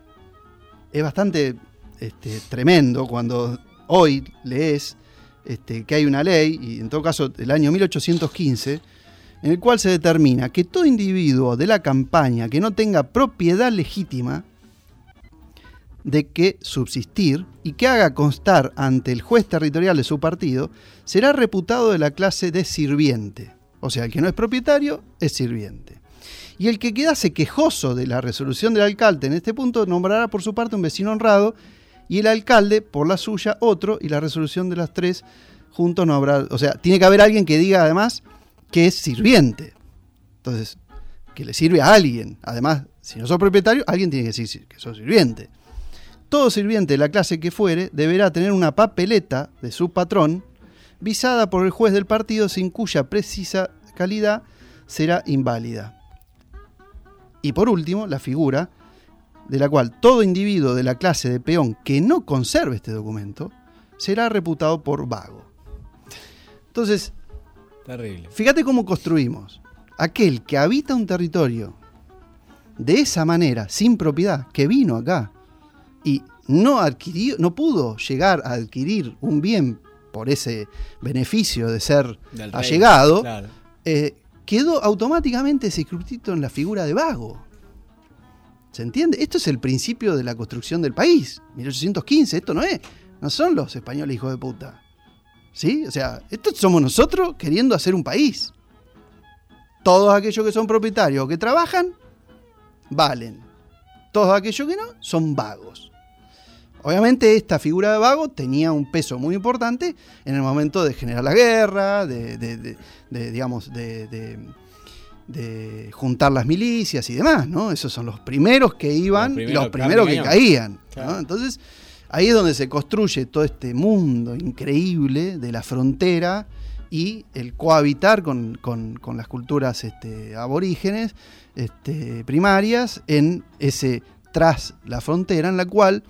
es bastante este, tremendo cuando hoy lees este, que hay una ley, y en todo caso del año mil ochocientos quince, en el cual se determina que todo individuo de la campaña que no tenga propiedad legítima de que subsistir y que haga constar ante el juez territorial de su partido, será reputado de la clase de sirviente. O sea, el que no es propietario es sirviente. Y el que quedase quejoso de la resolución del alcalde en este punto nombrará por su parte un vecino honrado, y el alcalde por la suya otro, y la resolución de las tres juntos no habrá... O sea, tiene que haber alguien que diga además que es sirviente. Entonces, que le sirve a alguien. Además, si no sos propietario, alguien tiene que decir que sos sirviente. Todo sirviente de la clase que fuere deberá tener una papeleta de su patrón visada por el juez del partido, sin cuya precisa calidad será inválida. Y por último, la figura de la cual todo individuo de la clase de peón que no conserve este documento será reputado por vago. Entonces, terrible. Fíjate cómo construimos. Aquel que habita un territorio de esa manera, sin propiedad, que vino acá y no adquirió, no pudo llegar a adquirir un bien por ese beneficio de ser Del allegado, rey, claro. eh, quedó automáticamente circunscrito en la figura de vago. ¿Se entiende? Esto es el principio de la construcción del país. mil ochocientos quince, esto no es, no son los españoles hijos de puta. ¿Sí? O sea, esto somos nosotros queriendo hacer un país. Todos aquellos que son propietarios o que trabajan, valen. Todos aquellos que no, son vagos. Obviamente esta figura de vago tenía un peso muy importante en el momento de generar la guerra, de, de, de, de digamos, de, de, de juntar las milicias y demás, ¿no? Esos son los primeros que iban y los primeros que caían, claro. ¿no? Entonces, ahí es donde se construye todo este mundo increíble de la frontera y el cohabitar con, con, con las culturas este, aborígenes este, primarias en ese tras la frontera, en la cual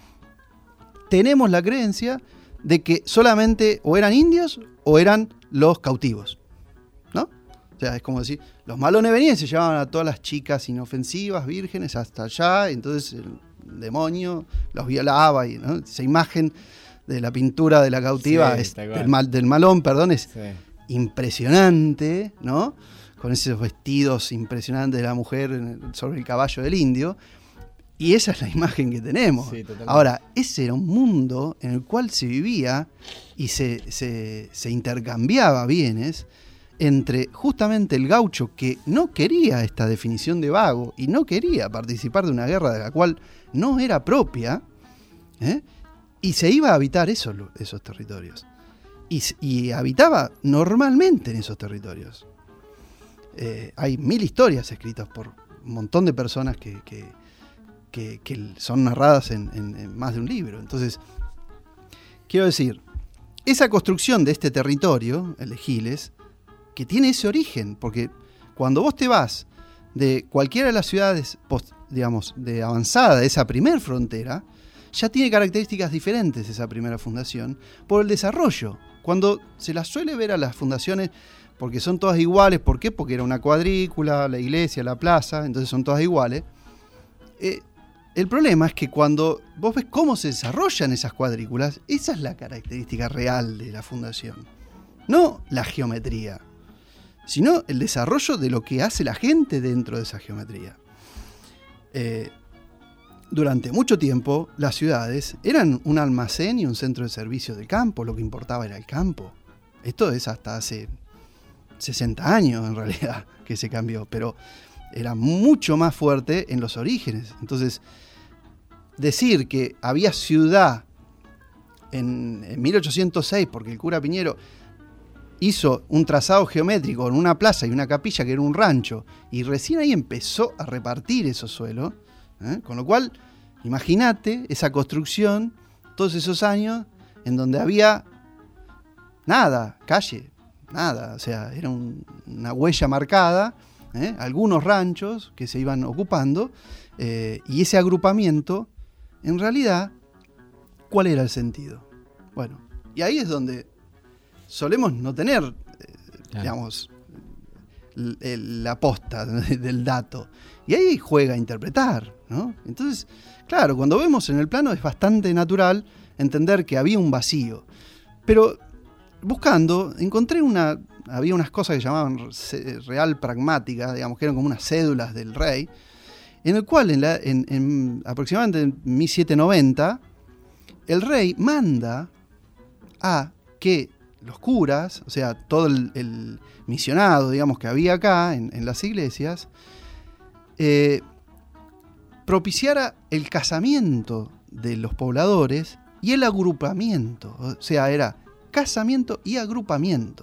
tenemos la creencia de que solamente o eran indios o eran los cautivos, ¿no? O sea, es como decir, los malones venían y se llevaban a todas las chicas inofensivas, vírgenes, hasta allá, entonces el demonio los violaba, y ¿no? Esa imagen de la pintura de la cautiva, Sí, es, tal del, cual. mal, del malón, perdón, es Sí. impresionante, ¿no? Con esos vestidos impresionantes de la mujer en el- sobre el caballo del indio. Y esa es la imagen que tenemos. Sí, totalmente. Ahora, ese era un mundo en el cual se vivía y se, se, se intercambiaba bienes entre justamente el gaucho, que no quería esta definición de vago y no quería participar de una guerra de la cual no era propia, ¿eh? Y se iba a habitar esos, lu- esos territorios. Y, s- y habitaba normalmente en esos territorios. Eh, hay mil historias escritas por un montón de personas que, que, que, que son narradas en, en- en más de un libro. Entonces, quiero decir, esa construcción de este territorio, el de Giles, que tiene ese origen, porque cuando vos te vas de cualquiera de las ciudades, post- digamos, de avanzada, de esa primer frontera, ya tiene características diferentes esa primera fundación por el desarrollo. Cuando se las suele ver a las fundaciones, porque son todas iguales, ¿por qué? Porque era una cuadrícula, la iglesia, la plaza, entonces son todas iguales. Eh, el problema es que cuando vos ves cómo se desarrollan esas cuadrículas, esa es la característica real de la fundación. No la geometría, sino el desarrollo de lo que hace la gente dentro de esa geometría. Eh, durante mucho tiempo, las ciudades eran un almacén y un centro de servicio del campo, lo que importaba era el campo. Esto es hasta hace sesenta años, en realidad, que se cambió, pero era mucho más fuerte en los orígenes. Entonces, decir que había ciudad en, en mil ochocientos seis, porque el cura Piñero hizo un trazado geométrico en una plaza y una capilla que era un rancho, y recién ahí empezó a repartir esos suelos, ¿eh? Con lo cual, imagínate esa construcción, todos esos años, en donde había nada, calle, nada, o sea, era un- una huella marcada, ¿eh? Algunos ranchos que se iban ocupando, eh, y ese agrupamiento, en realidad, ¿cuál era el sentido? Bueno, y ahí es donde solemos no tener, eh, Claro. digamos, l- el- la posta del dato. Y ahí juega a interpretar, ¿no? Entonces, claro, cuando vemos en el plano es bastante natural entender que había un vacío. Pero buscando, encontré una... Había unas cosas que llamaban ce- real pragmática, digamos, que eran como unas cédulas del rey, en el cual en, la, en, en aproximadamente en mil setecientos noventa, el rey manda a que los curas, o sea, todo el, el misionado, digamos, que había acá en, en las iglesias, eh, propiciara el casamiento de los pobladores y el agrupamiento. O sea, era casamiento y agrupamiento.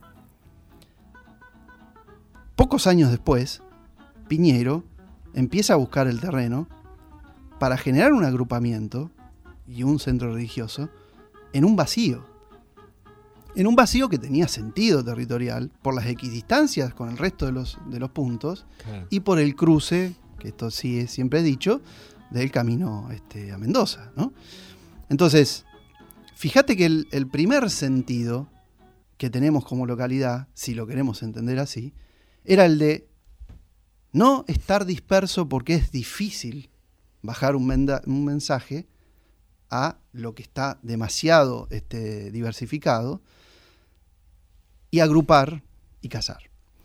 Pocos años después, Piñero empieza a buscar el terreno para generar un agrupamiento y un centro religioso en un vacío. En un vacío que tenía sentido territorial por las equidistancias con el resto de los, de los puntos, Claro. y por el cruce, que esto sí es siempre dicho, del camino este, a Mendoza, ¿no? Entonces, fíjate que el, el primer sentido que tenemos como localidad, si lo queremos entender así, era el de no estar disperso porque es difícil bajar un, menda- un mensaje a lo que está demasiado este, diversificado, y agrupar y cazar.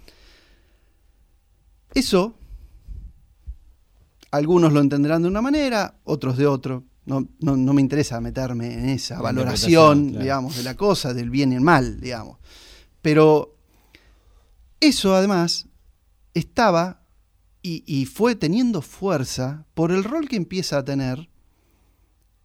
Eso, algunos lo entenderán de una manera, otros de otro. No, no, no me interesa meterme en esa La valoración, interpretación, claro. digamos, de la cosa, del bien y el mal, digamos. Pero eso además estaba y, y fue teniendo fuerza por el rol que empieza a tener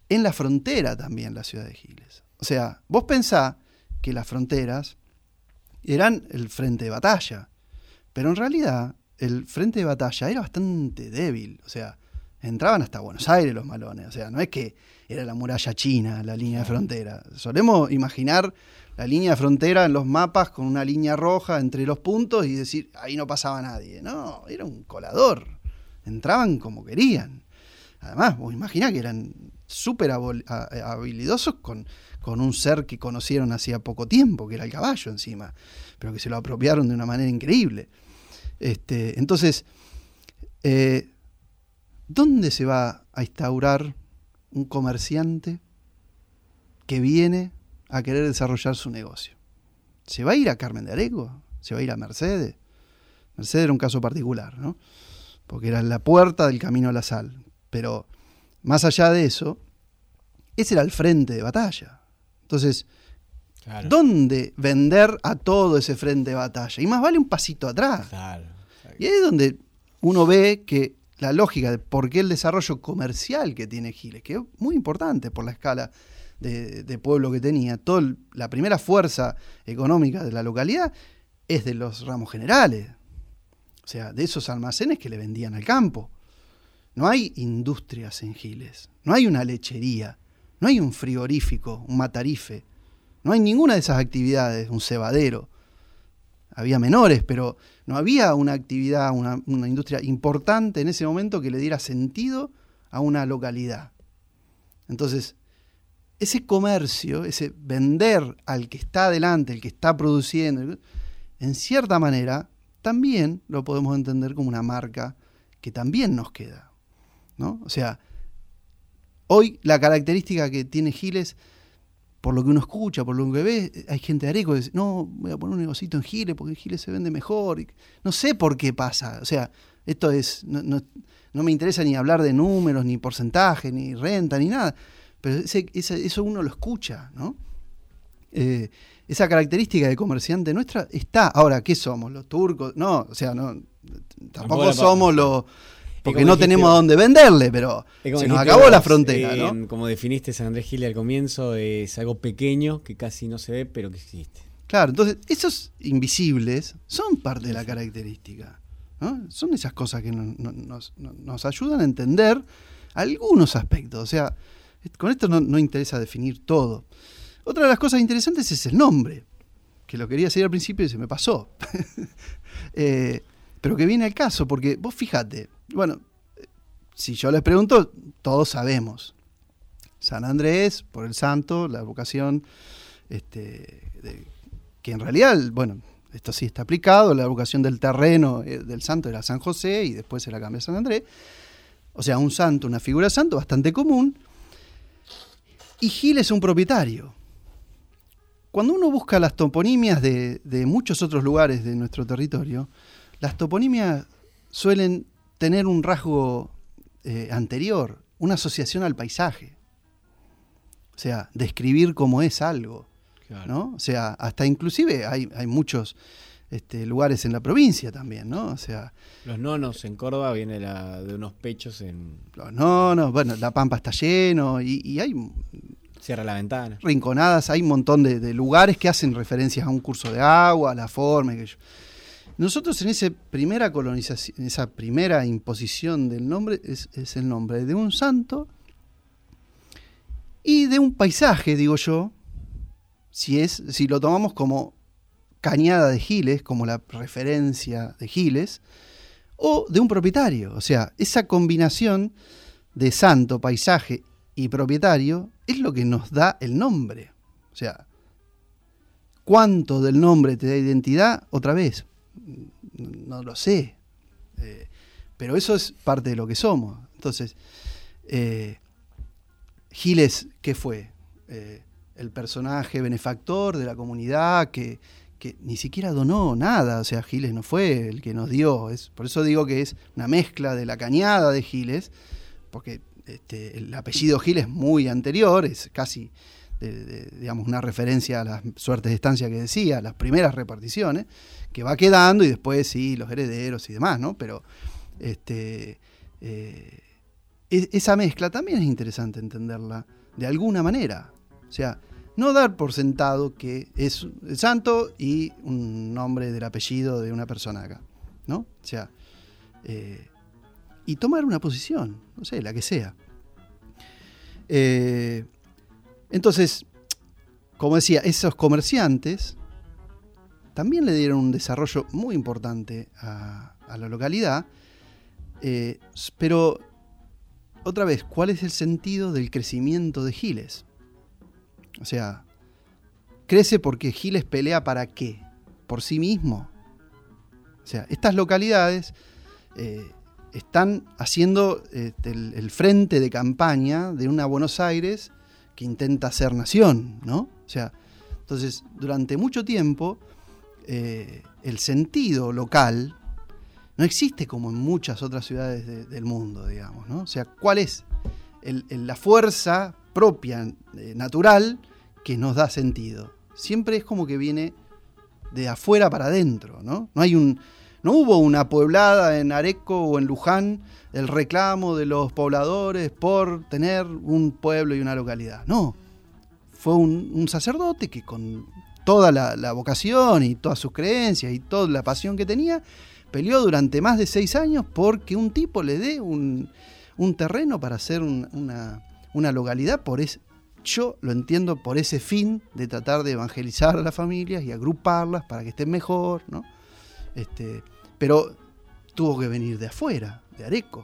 en la frontera también la ciudad de Giles. O sea, vos pensá que las fronteras eran el frente de batalla, pero en realidad el frente de batalla era bastante débil. O sea, entraban hasta Buenos Aires los malones. O sea, no es que era la muralla china, la línea de frontera. Solemos imaginar la línea de frontera en los mapas con una línea roja entre los puntos y decir, ahí no pasaba nadie. No, era un colador. Entraban como querían. Además, vos imaginás que eran súper habilidosos con, con un ser que conocieron hacía poco tiempo, que era el caballo encima, pero que se lo apropiaron de una manera increíble. Este, entonces, eh, ¿dónde se va a instaurar un comerciante que viene a querer desarrollar su negocio? ¿Se va a ir a Carmen de Areco? ¿Se va a ir a Mercedes? Mercedes era un caso particular, ¿no? Porque era la puerta del camino a la sal. Pero más allá de eso, ese era el frente de batalla. Entonces, claro, ¿dónde vender a todo ese frente de batalla? Y más vale un pasito atrás. Claro, claro. Y ahí es donde uno ve que la lógica de por qué el desarrollo comercial que tiene Giles, que es muy importante por la escala de, de pueblo que tenía, toda la primera fuerza económica de la localidad es de los ramos generales. O sea, de esos almacenes que le vendían al campo. No hay industrias en Giles, no hay una lechería, no hay un frigorífico, un matarife, no hay ninguna de esas actividades, un cebadero. Había menores, pero no había una actividad, una, una industria importante en ese momento que le diera sentido a una localidad. Entonces, ese comercio, ese vender al que está adelante, el que está produciendo, en cierta manera, también lo podemos entender como una marca que también nos queda, ¿no? O sea, hoy la característica que tiene Giles, por lo que uno escucha, por lo que ve, hay gente de Areco que dice, no, voy a poner un negocito en Giles porque en Giles se vende mejor. Y no sé por qué pasa. O sea, esto es, no, no, no me interesa ni hablar de números, ni porcentaje, ni renta, ni nada. Pero ese, ese, eso uno lo escucha, ¿no? Eh, esa característica de comerciante nuestra está. Ahora, ¿qué somos? ¿Los turcos? No, o sea, no, tampoco no somos los... Porque no dijiste, tenemos a dónde venderle, pero se nos acabó vos, la frontera, eh, ¿no? Como definiste San Andrés Giles al comienzo, es algo pequeño que casi no se ve, pero que existe. Claro, entonces esos invisibles son parte de la característica, ¿no? Son esas cosas que no, no, nos, no, nos ayudan a entender algunos aspectos. O sea, con esto no, no interesa definir todo. Otra de las cosas interesantes es el nombre, que lo quería decir al principio y se me pasó. eh, pero que viene al caso, porque vos fíjate, bueno, si yo les pregunto, todos sabemos. San Andrés, por el santo, la vocación, este, de, que en realidad, bueno, esto sí está aplicado, la vocación del terreno eh, del santo era San José y después se la cambia a San Andrés. O sea, un santo, una figura de santo bastante común. Y Giles es un propietario. Cuando uno busca las toponimias de, de muchos otros lugares de nuestro territorio, las toponimias suelen tener un rasgo eh, anterior, una asociación al paisaje. O sea, describir cómo es algo, claro, ¿no? O sea, hasta inclusive hay, hay muchos este, lugares en la provincia también, ¿no? O sea, los nonos en Córdoba viene la, de unos pechos en... Los nonos, bueno, La Pampa está lleno y, y hay... Cierra la Ventana. Rinconadas, hay un montón de, de lugares que hacen referencias a un curso de agua, a la forma, que yo... Nosotros en esa primera colonización, en esa primera imposición del nombre, es, es el nombre de un santo y de un paisaje, digo yo, si es, si lo tomamos como Cañada de Giles, como la referencia de Giles, o de un propietario. O sea, esa combinación de santo, paisaje y propietario es lo que nos da el nombre. O sea, ¿cuánto del nombre te da identidad? Otra vez, no lo sé, eh, pero eso es parte de lo que somos. Entonces, eh, Giles, ¿qué fue? Eh, el personaje benefactor de la comunidad que, que ni siquiera donó nada. O sea, Giles no fue el que nos dio. Es, por eso digo que es una mezcla de la Cañada de Giles, porque este, el apellido Giles es muy anterior, es casi... De, de, digamos, una referencia a las suertes de estancia que decía, las primeras reparticiones, que va quedando y después sí, los herederos y demás, ¿no? Pero este, eh, es, esa mezcla también es interesante entenderla de alguna manera. O sea, no dar por sentado que es el santo y un nombre del apellido de una persona acá, ¿no? O sea, eh, y tomar una posición, no sé, la que sea. Eh, entonces, como decía, esos comerciantes también le dieron un desarrollo muy importante a, a la localidad, eh, pero otra vez, ¿cuál es el sentido del crecimiento de Giles? O sea, crece porque Giles pelea ¿para qué? ¿Por sí mismo? O sea, estas localidades eh, están haciendo eh, el, el frente de campaña de una Buenos Aires que intenta ser nación, ¿no? O sea, entonces, durante mucho tiempo, eh, el sentido local no existe como en muchas otras ciudades de, del mundo, digamos, ¿no? O sea, ¿cuál es el, el, la fuerza propia, eh, natural, que nos da sentido? Siempre es como que viene de afuera para adentro, ¿no? No hay un, no hubo una poblada en Areco o en Luján, el reclamo de los pobladores por tener un pueblo y una localidad. No, fue un, un sacerdote que con toda la, la vocación y todas sus creencias y toda la pasión que tenía, peleó durante más de seis años porque un tipo le dé un, un terreno para hacer un, una, una localidad, por es, yo lo entiendo por ese fin de tratar de evangelizar a las familias y agruparlas para que estén mejor, ¿no? Este, pero tuvo que venir de afuera, de Areco,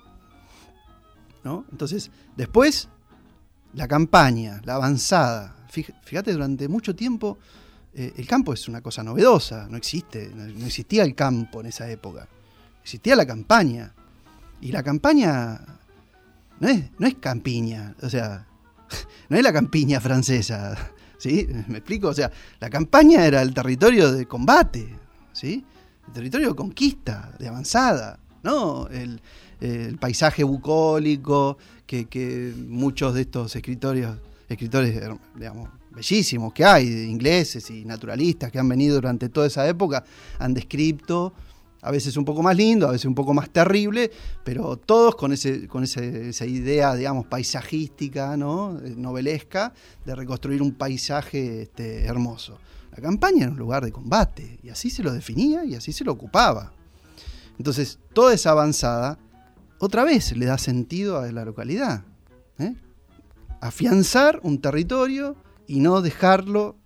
¿no? Entonces, después, la campaña, la avanzada. Fíjate, durante mucho tiempo eh, el campo es una cosa novedosa, no existe, no, no existía el campo en esa época, existía la campaña, y la campaña no es, no es campiña, o sea, no es la campiña francesa, ¿sí? ¿Me explico? O sea, la campaña era el territorio de combate, ¿sí? El territorio de conquista, de avanzada, ¿no? El, el paisaje bucólico que, que muchos de estos escritores, escritores, digamos, bellísimos que hay, ingleses y naturalistas que han venido durante toda esa época, han descrito, a veces un poco más lindo, a veces un poco más terrible, pero todos con ese, con ese, esa idea, digamos, paisajística, ¿no? Novelesca, de reconstruir un paisaje este, hermoso. La campaña era un lugar de combate, y así se lo definía y así se lo ocupaba. Entonces, toda esa avanzada, otra vez le da sentido a la localidad, ¿eh? Afianzar un territorio y no dejarlo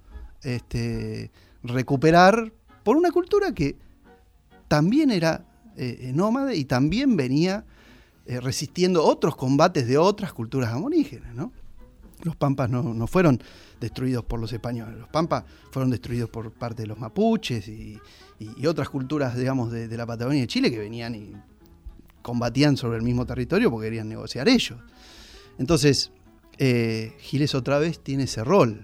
este, recuperar por una cultura que también era eh, nómade y también venía eh, resistiendo otros combates de otras culturas aborígenes, ¿no? Los pampas no, no fueron destruidos por los españoles, los pampas fueron destruidos por parte de los mapuches y, y, y otras culturas, digamos, de, de la Patagonia de Chile que venían y combatían sobre el mismo territorio porque querían negociar ellos. Entonces, eh, Giles otra vez tiene ese rol.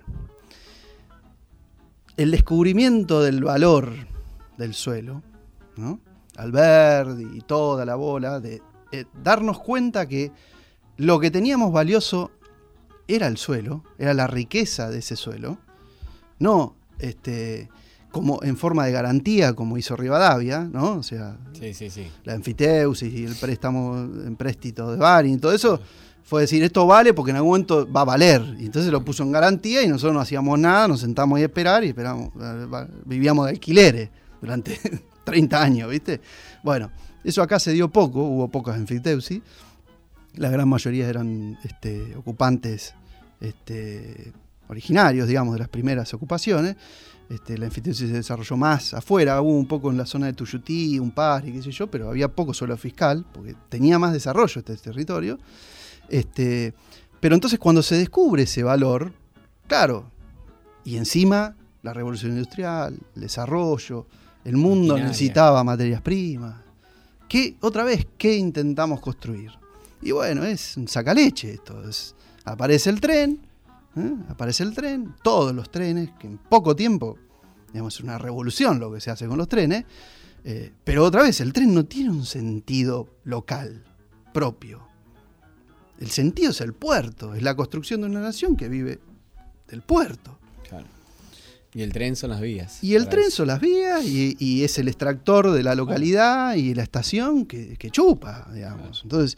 El descubrimiento del valor del suelo, ¿no? Alberdi y toda la bola, de eh, darnos cuenta que lo que teníamos valioso era el suelo, era la riqueza de ese suelo, no este, como en forma de garantía como hizo Rivadavia, ¿no? O sea, sí, sí, sí. La enfiteusis y el préstamo en préstito de Bari y todo eso, fue decir, esto vale porque en algún momento va a valer. Y entonces lo puso en garantía y nosotros no hacíamos nada, nos sentamos ahí a esperar y esperamos, vivíamos de alquileres durante treinta años, ¿viste? Bueno, eso acá se dio poco, hubo pocas enfiteusis. La gran mayoría eran este, ocupantes este, originarios, digamos, de las primeras ocupaciones. Este, la enfiteusis se desarrolló más afuera, hubo un poco en la zona de Tuyutí, un par y qué sé yo, pero había poco suelo fiscal, porque tenía más desarrollo este territorio. Este, pero entonces cuando se descubre ese valor, claro, y encima la revolución industrial, el desarrollo, el mundo Maquinaria. Necesitaba materias primas. ¿Qué, otra vez, qué intentamos construir? Y bueno, es un sacaleche esto. Es, aparece el tren, ¿eh? aparece el tren, todos los trenes, que en poco tiempo, digamos, es una revolución lo que se hace con los trenes, eh, pero otra vez, el tren no tiene un sentido local, propio. El sentido es el puerto, es la construcción de una nación que vive del puerto. Claro. Y el tren son las vías. Y el tren eso. son las vías y, y es el extractor de la localidad y la estación que, que chupa, digamos. Entonces,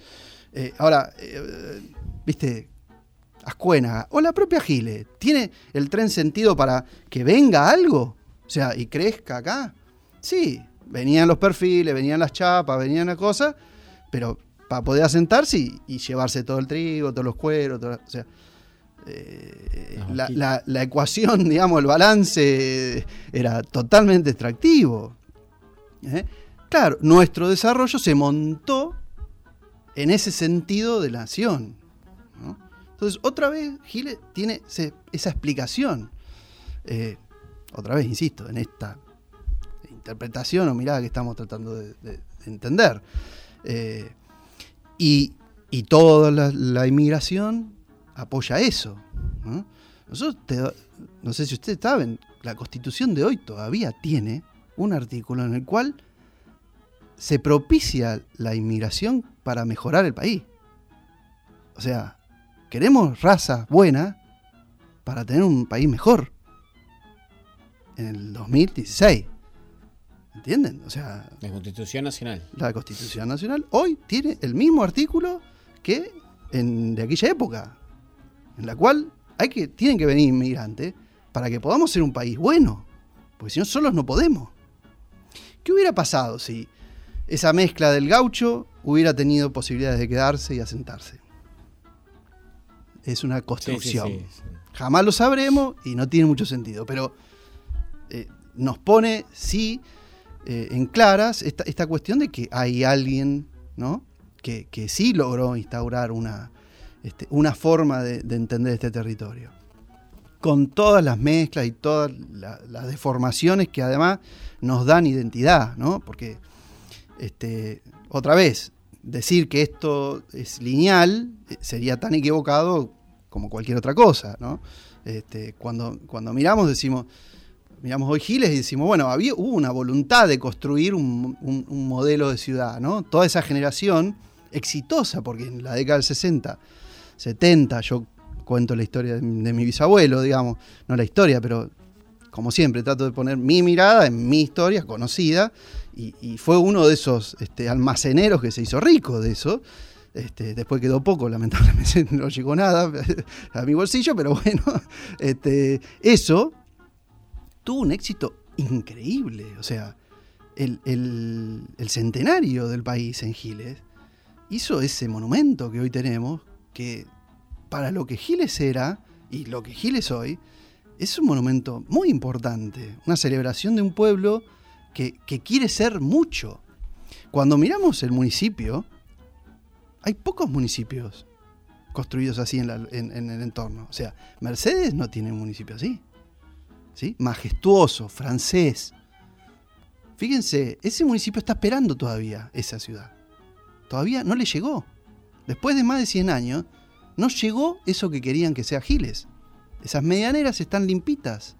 Eh, ahora, eh, viste, Ascuénaga o la propia Giles, ¿tiene el tren sentido para que venga algo? O sea, y crezca acá. Sí, venían los perfiles, venían las chapas, venían las cosas, pero para poder asentarse y, y llevarse todo el trigo, todos los cueros, todo, o sea, eh, no, la, la, la ecuación, digamos, el balance era totalmente extractivo. ¿Eh? Claro, nuestro desarrollo se montó en ese sentido de la nación, ¿no? Entonces, otra vez, Giles tiene ese, esa explicación. Eh, otra vez, insisto, en esta interpretación o mirada que estamos tratando de, de, de entender. Eh, y, y toda la, la inmigración apoya eso, ¿no? Nosotros te, no sé si ustedes saben, la Constitución de hoy todavía tiene un artículo en el cual se propicia la inmigración para mejorar el país. O sea, queremos raza buena para tener un país mejor en el dos mil dieciséis. ¿Entienden? O sea, la Constitución Nacional. La Constitución Nacional hoy tiene el mismo artículo que en, de aquella época, en la cual hay que, tienen que venir inmigrantes para que podamos ser un país bueno, porque si no, solos no podemos. ¿Qué hubiera pasado si esa mezcla del gaucho hubiera tenido posibilidades de quedarse y asentarse? Es una construcción. Sí, sí, sí, sí. Jamás lo sabremos y no tiene mucho sentido, pero eh, nos pone, sí, eh, en claras esta, esta cuestión de que hay alguien, ¿no?, que, que sí logró instaurar una, este, una forma de, de entender este territorio, con todas las mezclas y todas la, las deformaciones que además nos dan identidad, ¿no? Porque, este, otra vez, decir que esto es lineal sería tan equivocado como cualquier otra cosa, ¿no? Este, cuando, cuando miramos, decimos, miramos hoy Giles y decimos, bueno, había, hubo una voluntad de construir un, un, un modelo de ciudad, ¿no? Toda esa generación exitosa, porque en la década del sesenta, setenta, yo cuento la historia de, de mi bisabuelo, digamos, no la historia, pero como siempre trato de poner mi mirada en mi historia conocida, y, y fue uno de esos este, almaceneros que se hizo rico de eso. Este, después quedó poco, lamentablemente no llegó nada a mi bolsillo, pero bueno, este, eso tuvo un éxito increíble. O sea, el, el, el centenario del país en Giles hizo ese monumento que hoy tenemos, que para lo que Giles era y lo que Giles hoy, es un monumento muy importante, una celebración de un pueblo que, que quiere ser mucho. Cuando miramos el municipio, hay pocos municipios construidos así en, la, en, en el entorno. O sea, Mercedes no tiene un municipio así, ¿sí? Majestuoso, francés. Fíjense, ese municipio está esperando todavía esa ciudad. Todavía no le llegó. Después de más de cien años, no llegó eso que querían que sea Giles. Esas medianeras están limpitas.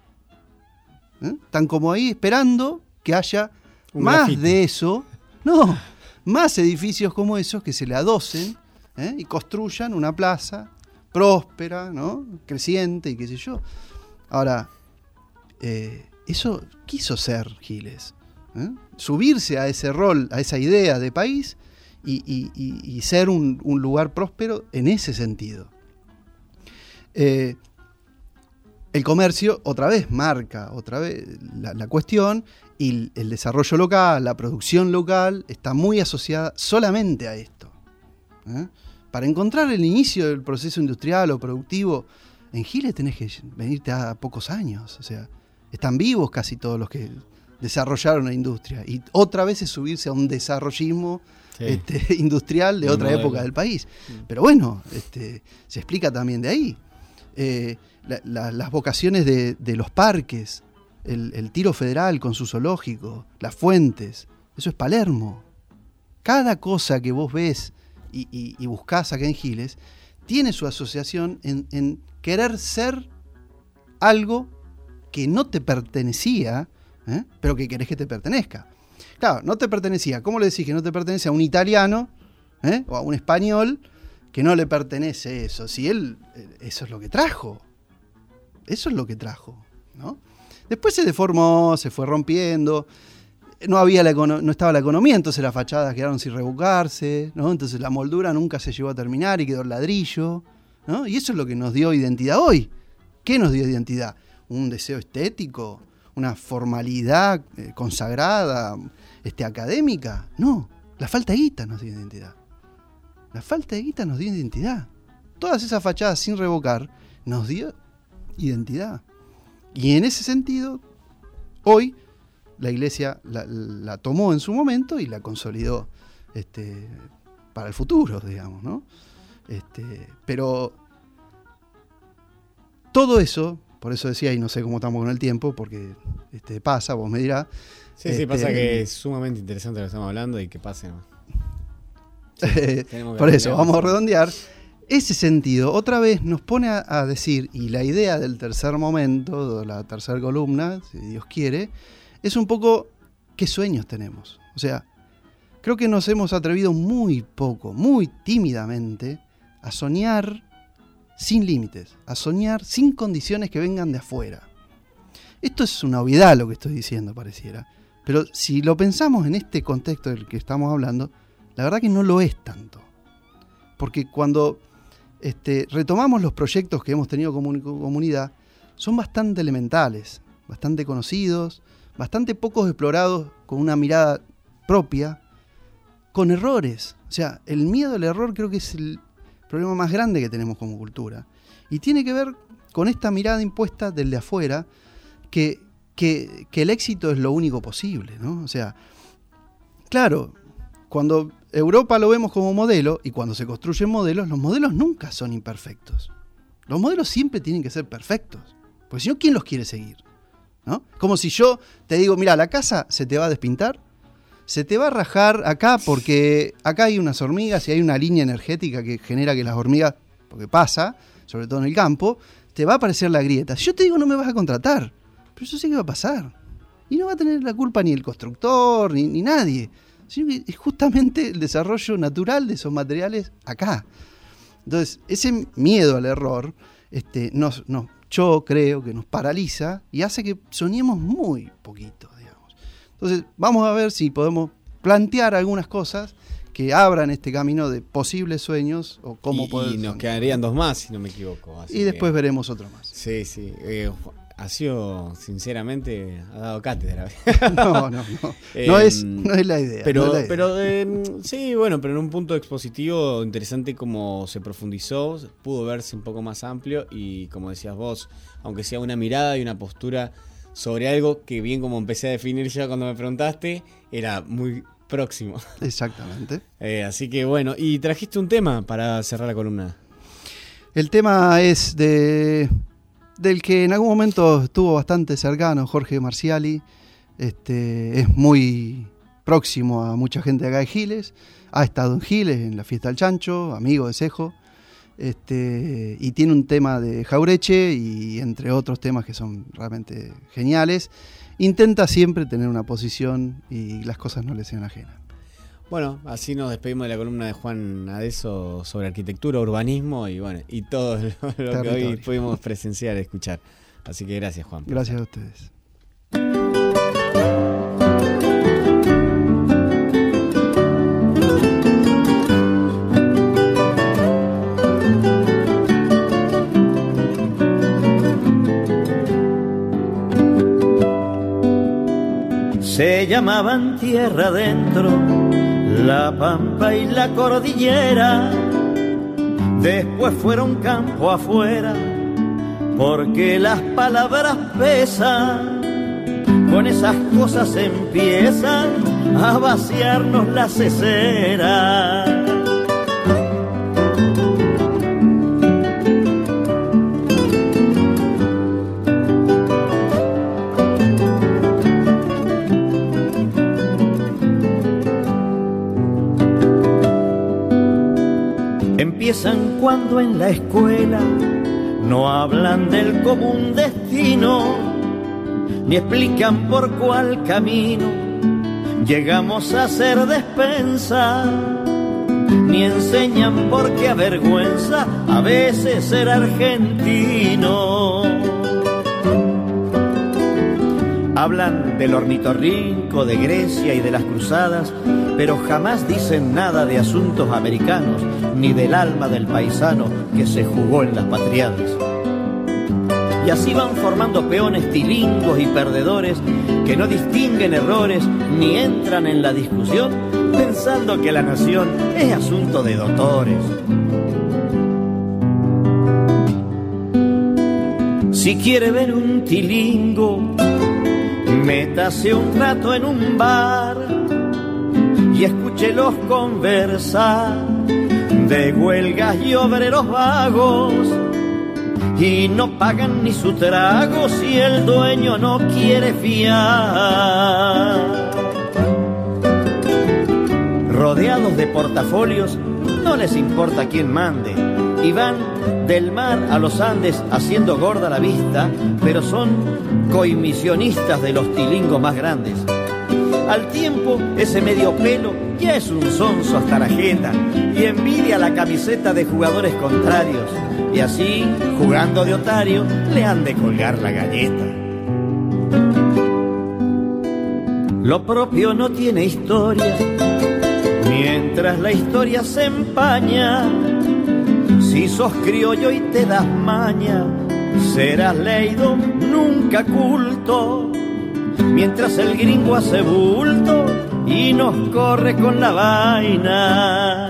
¿Eh? Están como ahí esperando que haya un más grafito de eso. No, más edificios como esos que se le adosen, ¿eh?, y construyan una plaza próspera, ¿no?, creciente y qué sé yo. Ahora, eh, eso quiso ser Giles. ¿Eh? Subirse a ese rol, a esa idea de país y, y, y, y ser un, un lugar próspero en ese sentido. Eh, el comercio otra vez marca otra vez la, la cuestión, y el desarrollo local, la producción local está muy asociada solamente a esto. ¿Eh? Para encontrar el inicio del proceso industrial o productivo en Giles tenés que venirte a pocos años. O sea, están vivos casi todos los que desarrollaron la industria, y otra vez es subirse a un desarrollismo sí. este, industrial de el otra modelo. Época del país. Sí. Pero bueno, este, se explica también de ahí. Eh, la, la, las vocaciones de, de los parques, el, el Tiro Federal con su zoológico, las fuentes, eso es Palermo. Cada cosa que vos ves y, y, y buscás acá en Giles tiene su asociación en, en querer ser algo que no te pertenecía, ¿eh?, pero que querés que te pertenezca. Claro, no te pertenecía. ¿Cómo le decís que no te pertenece a un italiano, ¿eh?, o a un español que no le pertenece eso? Si él, eso es lo que trajo. Eso es lo que trajo, ¿no? Después se deformó, se fue rompiendo. no había la econo- no estaba la economía, entonces las fachadas quedaron sin revocarse, ¿no? Entonces la moldura nunca se llegó a terminar y quedó el ladrillo, ¿no? Y eso es lo que nos dio identidad hoy. ¿Qué nos dio identidad? ¿Un deseo estético? ¿Una formalidad eh, consagrada, este, académica? No, la falta de guita nos dio identidad. La falta de guita nos dio identidad. Todas esas fachadas sin revocar nos dio identidad. Y en ese sentido, hoy la Iglesia la, la tomó en su momento y la consolidó este, para el futuro, digamos, ¿no? Este, pero todo eso, por eso decía, y no sé cómo estamos con el tiempo, porque este, pasa, vos me dirás. Sí, este, sí, pasa que es sumamente interesante lo que estamos hablando y que pase, ¿no? Sí, por eso, vamos a redondear. Ese sentido, otra vez nos pone a, a decir, y la idea del tercer momento, de la tercera columna, si Dios quiere, es un poco qué sueños tenemos. O sea, creo que nos hemos atrevido muy poco, muy tímidamente, a soñar sin límites, a soñar sin condiciones que vengan de afuera. Esto es una obviedad lo que estoy diciendo, pareciera. Pero si lo pensamos en este contexto del que estamos hablando, la verdad que no lo es tanto. Porque cuando este, retomamos los proyectos que hemos tenido como comunidad, son bastante elementales, bastante conocidos, bastante pocos explorados con una mirada propia, con errores. O sea, el miedo al error creo que es el problema más grande que tenemos como cultura. Y tiene que ver con esta mirada impuesta del de afuera, que, que, que el éxito es lo único posible, ¿no? O sea, claro, cuando Europa lo vemos como modelo, y cuando se construyen modelos, los modelos nunca son imperfectos. Los modelos siempre tienen que ser perfectos, porque si no, ¿quién los quiere seguir? ¿No? Como si yo te digo, mira, la casa se te va a despintar, se te va a rajar acá porque acá hay unas hormigas y hay una línea energética que genera que las hormigas, porque pasa, sobre todo en el campo, te va a aparecer la grieta. Si yo te digo no me vas a contratar, pero eso sí que va a pasar. Y no va a tener la culpa ni el constructor, ni, ni nadie. Sino que es justamente el desarrollo natural de esos materiales acá. Entonces, ese miedo al error, este, nos, nos, yo creo que nos paraliza y hace que soñemos muy poquito, digamos. Entonces, vamos a ver si podemos plantear algunas cosas que abran este camino de posibles sueños o cómo y, poder y nos soñar. Quedarían dos más, si no me equivoco. Así y después que, veremos otro más. Sí, sí. Eh, ha sido, sinceramente, ha dado cátedra. No, no, no. Eh, no, es, no es la idea. Pero, no es la idea. pero eh, sí, bueno, pero en un punto expositivo interesante como se profundizó, pudo verse un poco más amplio y, como decías vos, aunque sea una mirada y una postura sobre algo que, bien como empecé a definir yo cuando me preguntaste, era muy próximo. Exactamente. Eh, así que bueno, y trajiste un tema para cerrar la columna. El tema es de del que en algún momento estuvo bastante cercano, Jorge Marciali. Este, es muy próximo a mucha gente acá de Giles. Ha estado en Giles, en la fiesta del chancho, amigo de Cejo. Este, y tiene un tema de Jaureche y entre otros temas que son realmente geniales. Intenta siempre tener una posición y las cosas no le sean ajenas. Bueno, así nos despedimos de la columna de Juan Adeso sobre arquitectura, urbanismo y bueno, y todo lo, lo que hoy pudimos presenciar, escuchar. Así que gracias, Juan. Gracias a ustedes. Se llamaban tierra adentro la pampa y la cordillera, después fueron campo afuera, porque las palabras pesan, con esas cosas empiezan a vaciarnos la cesera. Empiezan cuando en la escuela no hablan del común destino, ni explican por cuál camino llegamos a ser despensa, ni enseñan por qué avergüenza a veces ser argentino. Hablan del ornitorrinco, de Grecia y de las cruzadas, pero jamás dicen nada de asuntos americanos, ni del alma del paisano que se jugó en las patriadas. Y así van formando peones tilingos y perdedores que no distinguen errores ni entran en la discusión pensando que la nación es asunto de doctores. Si quiere ver un tilingo, métase un rato en un bar y escúchelos conversar de huelgas y obreros vagos, y no pagan ni su trago si el dueño no quiere fiar. Rodeados de portafolios, no les importa quién mande, y van del mar a los Andes haciendo gorda la vista, pero son coimisionistas de los tilingos más grandes. Al tiempo, ese medio pelo ya es un sonso hasta la jeta y envidia la camiseta de jugadores contrarios, y así, jugando de otario, le han de colgar la galleta. Lo propio no tiene historia, mientras la historia se empaña. Si sos criollo y te das maña, serás leído, nunca culto, mientras el gringo hace bulto y nos corre con la vaina.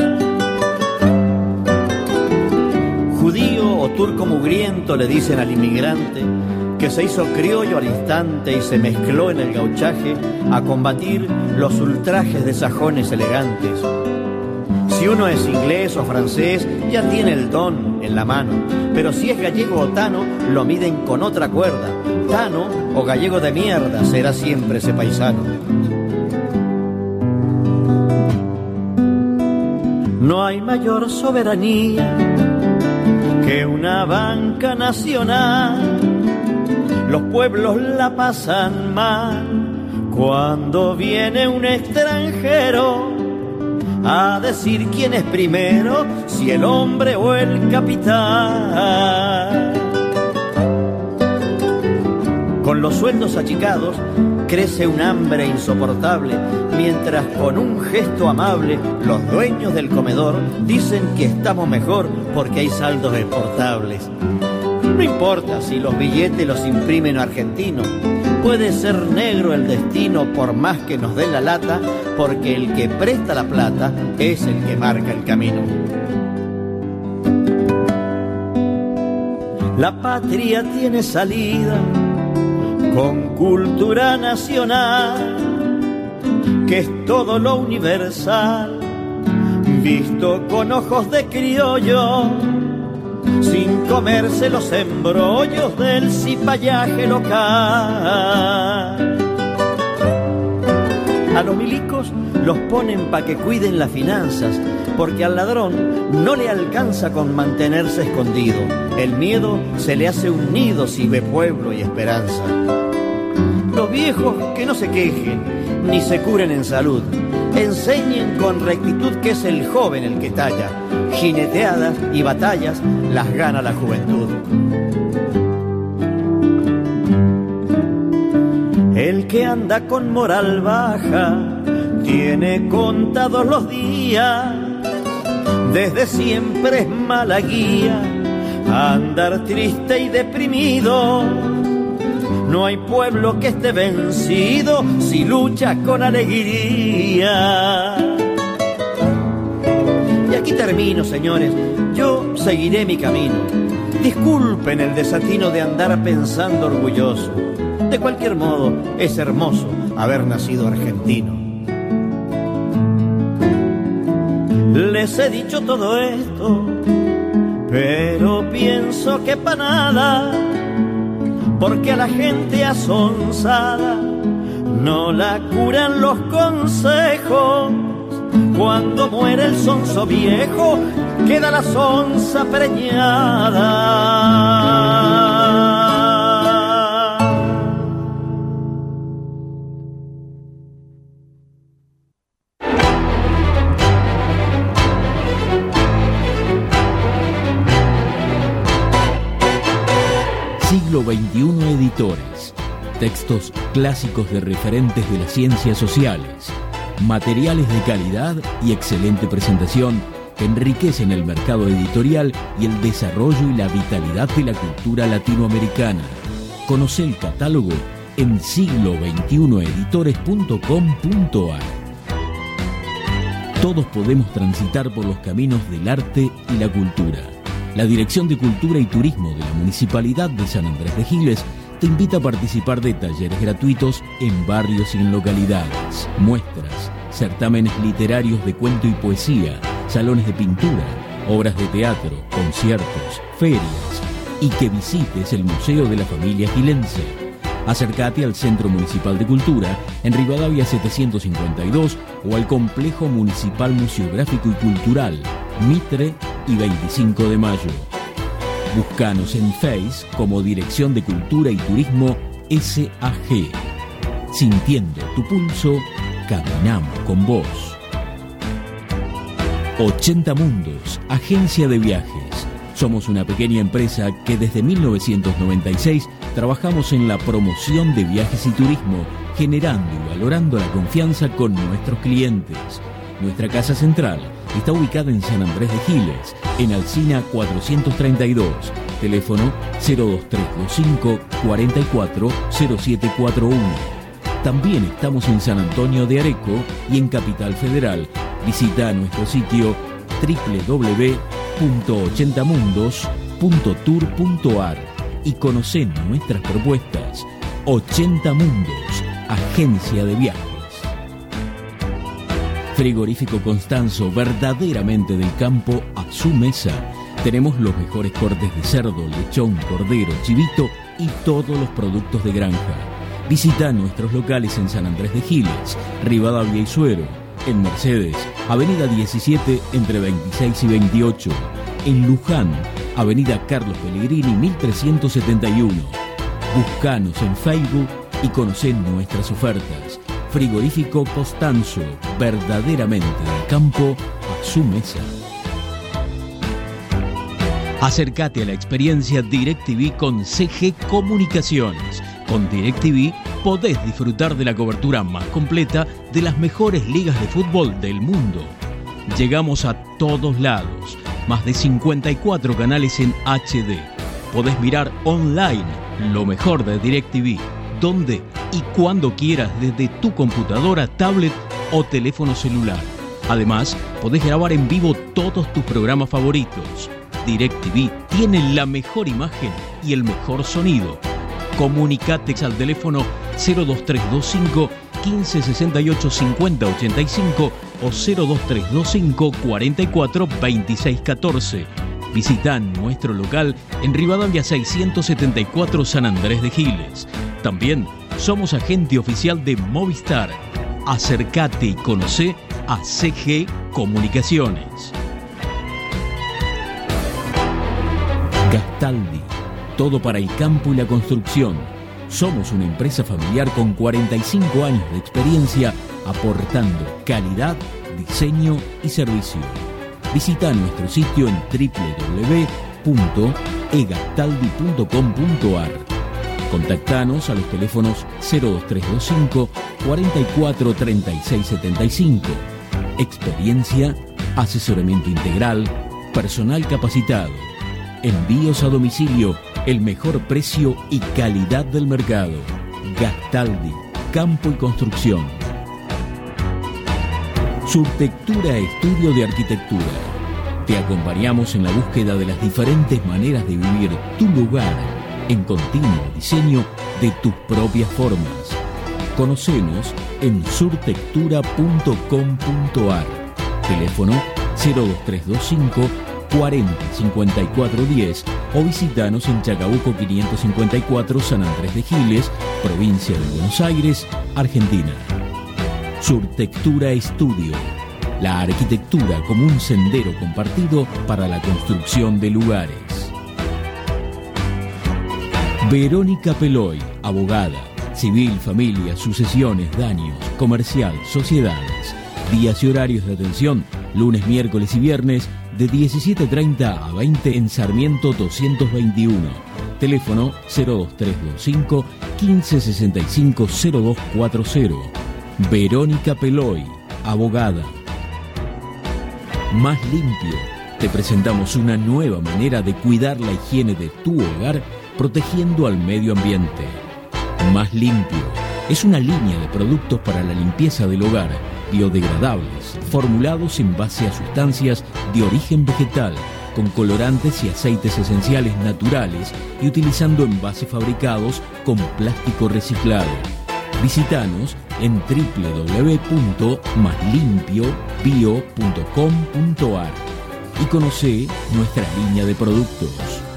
Judío o turco mugriento le dicen al inmigrante que se hizo criollo al instante y se mezcló en el gauchaje a combatir los ultrajes de sajones elegantes. Si uno es inglés o francés, ya tiene el don en la mano, pero si es gallego o tano, lo miden con otra cuerda. Tano o gallego de mierda será siempre ese paisano. No hay mayor soberanía que una banca nacional. Los pueblos la pasan mal cuando viene un extranjero a decir quién es primero, si el hombre o el capital. Con los sueldos achicados crece un hambre insoportable, mientras con un gesto amable los dueños del comedor dicen que estamos mejor porque hay saldos exportables. No importa si los billetes los imprimen argentinos, puede ser negro el destino por más que nos dé la lata, porque el que presta la plata es el que marca el camino. La patria tiene salida con cultura nacional, que es todo lo universal, visto con ojos de criollo, sin comerse los embrollos del cipallaje local. A los milicos los ponen pa' que cuiden las finanzas, porque al ladrón no le alcanza con mantenerse escondido. El miedo se le hace un nido si ve pueblo y esperanza. Los viejos que no se quejen ni se curen en salud, enseñen con rectitud que es el joven el que talla. Jineteadas y batallas las gana la juventud. El que anda con moral baja tiene contados los días, desde siempre es mala guía andar triste y deprimido. No hay pueblo que esté vencido si lucha con alegría. Y aquí termino, señores, yo seguiré mi camino. Disculpen el desatino de andar pensando orgulloso. De cualquier modo, es hermoso haber nacido argentino. Les he dicho todo esto, pero pienso que pa' nada, porque a la gente asonsada no la curan los consejos. Cuando muere el sonso viejo, queda la sonza preñada. Siglo veintiuno Editores. textos clásicos de referentes de las ciencias sociales, materiales de calidad y excelente presentación que enriquecen el mercado editorial y el desarrollo y la vitalidad de la cultura latinoamericana. Conoce el catálogo en siglo veintiuno editores punto com punto a r. Todos podemos transitar por los caminos del arte y la cultura. La Dirección de Cultura y Turismo de la Municipalidad de San Andrés de Giles te invita a participar de talleres gratuitos en barrios y en localidades, muestras, certámenes literarios de cuento y poesía, salones de pintura, obras de teatro, conciertos, ferias y que visites el Museo de la Familia Gilense. Acércate al Centro Municipal de Cultura en Rivadavia setecientos cincuenta y dos o al Complejo Municipal Museográfico y Cultural, Mitre y veinticinco de mayo. Búscanos en Face como Dirección de Cultura y Turismo S A G. Sintiendo tu pulso, caminamos con vos. ochenta Mundos, agencia de viajes. Somos una pequeña empresa que desde mil novecientos noventa y seis trabajamos en la promoción de viajes y turismo, generando y valorando la confianza con nuestros clientes. Nuestra casa central está ubicada en San Andrés de Giles, en Alsina cuatrocientos treinta y dos, teléfono cero dos tres dos cinco, cuatro cuatro cero siete cuatro uno. También estamos en San Antonio de Areco y en Capital Federal. Visita nuestro sitio doble u doble u doble u punto ochenta mundos punto tour punto a r y conoce nuestras propuestas. ochenta Mundos, agencia de viajes. Frigorífico Constanzo, verdaderamente del campo a su mesa. Tenemos los mejores cortes de cerdo, lechón, cordero, chivito y todos los productos de granja. Visita nuestros locales en San Andrés de Giles, Rivadavia y Suero, en Mercedes, Avenida diecisiete entre veintiséis y veintiocho, en Luján, Avenida Carlos Pellegrini mil trescientos setenta y uno. Buscanos en Facebook y conocé nuestras ofertas. Frigorífico Constanzo, verdaderamente del campo a su mesa. Acércate a la experiencia DirecTV con C G Comunicaciones. Con DirecTV podés disfrutar de la cobertura más completa de las mejores ligas de fútbol del mundo. Llegamos a todos lados, más de cincuenta y cuatro canales en H D. Podés mirar online lo mejor de DirecTV, donde y cuando quieras desde tu computadora, tablet o teléfono celular. Además, podés grabar en vivo todos tus programas favoritos. DirecTV tiene la mejor imagen y el mejor sonido. Comunicate al teléfono cero dos tres dos cinco, quince sesenta y ocho, cincuenta ochenta y cinco o cero dos tres dos cinco, cuarenta y cuatro, veintiséis catorce. Visita nuestro local en Rivadavia seiscientos setenta y cuatro San Andrés de Giles. También somos agente oficial de Movistar. Acércate y conocé a C G Comunicaciones. Gastaldi, todo para el campo y la construcción. Somos una empresa familiar con cuarenta y cinco años de experiencia aportando calidad, diseño y servicio. Visita nuestro sitio en doble u doble u doble u punto e gastaldi punto com punto a r. Contactanos a los teléfonos cero dos tres dos cinco, cuarenta y cuatro, treinta y seis setenta y cinco. Experiencia, asesoramiento integral, personal capacitado. Envíos a domicilio, el mejor precio y calidad del mercado. Gastaldi, campo y construcción. Surtectura Estudio de Arquitectura. Te acompañamos en la búsqueda de las diferentes maneras de vivir tu lugar en continuo diseño de tus propias formas. Conocenos en surtectura punto com punto a r. Teléfono cero dos tres dos cinco, cuarenta, cincuenta y cuatro diez o visitanos en Chacabuco quinientos cincuenta y cuatro San Andrés de Giles, provincia de Buenos Aires, Argentina. Surtectura Estudio. La arquitectura como un sendero compartido para la construcción de lugares. Verónica Peloy, abogada, civil, familia, sucesiones, daños, comercial, sociedades. Días y horarios de atención, lunes, miércoles y viernes, de diecisiete treinta a veinte en Sarmiento doscientos veintiuno. teléfono cero dos tres dos cinco, quince sesenta y cinco, cero dos cuatro cero. Verónica Peloy, abogada. Más Limpio. Te presentamos una nueva manera de cuidar la higiene de tu hogar, protegiendo al medio ambiente. Más Limpio es una línea de productos para la limpieza del hogar, biodegradables, formulados en base a sustancias de origen vegetal, con colorantes y aceites esenciales naturales y utilizando envases fabricados con plástico reciclado. Visítanos en doble u doble u doble u punto más limpio bio punto com punto a r y conoce nuestra línea de productos.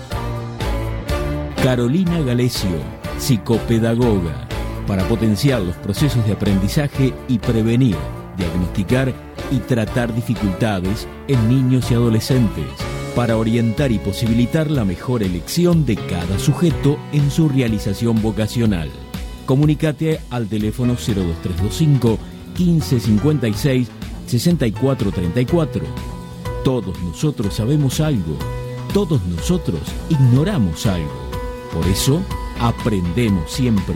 Carolina Galesio, psicopedagoga, para potenciar los procesos de aprendizaje y prevenir, diagnosticar y tratar dificultades en niños y adolescentes, para orientar y posibilitar la mejor elección de cada sujeto en su realización vocacional. Comunícate al teléfono cero dos tres dos cinco, quince cincuenta y seis, sesenta y cuatro treinta y cuatro. Todos nosotros sabemos algo, todos nosotros ignoramos algo. Por eso, aprendemos siempre.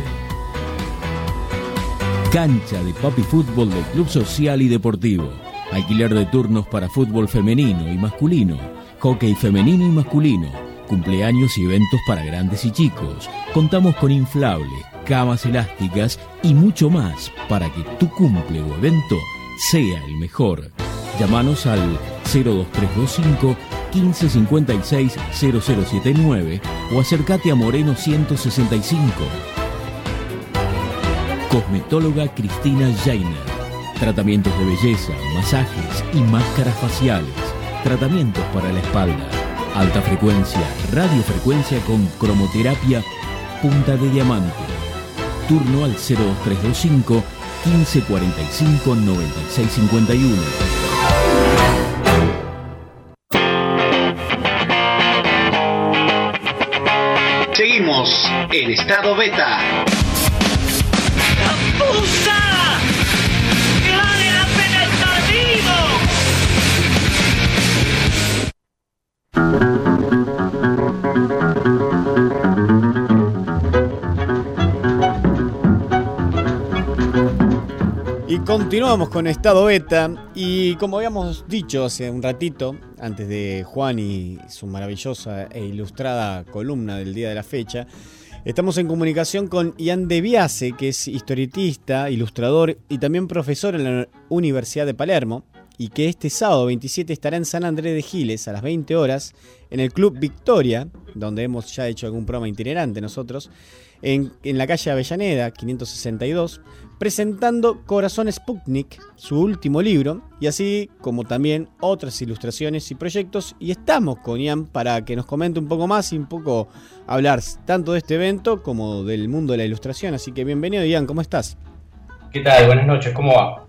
Cancha de Papi Fútbol del Club Social y Deportivo. Alquiler de turnos para fútbol femenino y masculino, hockey femenino y masculino, cumpleaños y eventos para grandes y chicos. Contamos con inflables, camas elásticas y mucho más para que tu cumple o evento sea el mejor. Llámanos al cero dos tres dos cinco, quince cincuenta y seis, cero cero siete nueve o acércate a Moreno ciento sesenta y cinco. Cosmetóloga Cristina Jainer. Tratamientos de belleza, masajes y máscaras faciales. Tratamientos para la espalda. Alta frecuencia, radiofrecuencia con cromoterapia, punta de diamante. Turno al cero dos tres dos cinco, quince cuarenta y cinco, noventa y seis cincuenta y uno. Seguimos en estado beta. ¡Pusa! ¡Que vale la pena estar vivo! Y continuamos con estado beta y como habíamos dicho hace un ratito, antes de Juan y su maravillosa e ilustrada columna del día de la fecha, estamos en comunicación con Ian De Biase, que es historietista, ilustrador y también profesor en la Universidad de Palermo, y que este sábado veintisiete estará en San Andrés de Giles a las veinte horas en el Club Victoria, donde hemos ya hecho algún programa itinerante nosotros, en, en la calle Avellaneda quinientos sesenta y dos, presentando Corazón Sputnik, su último libro, y así como también otras ilustraciones y proyectos. Y estamos con Ian para que nos comente un poco más y un poco hablar tanto de este evento como del mundo de la ilustración. Así que bienvenido, Ian, ¿cómo estás? ¿Qué tal? Buenas noches, ¿cómo va?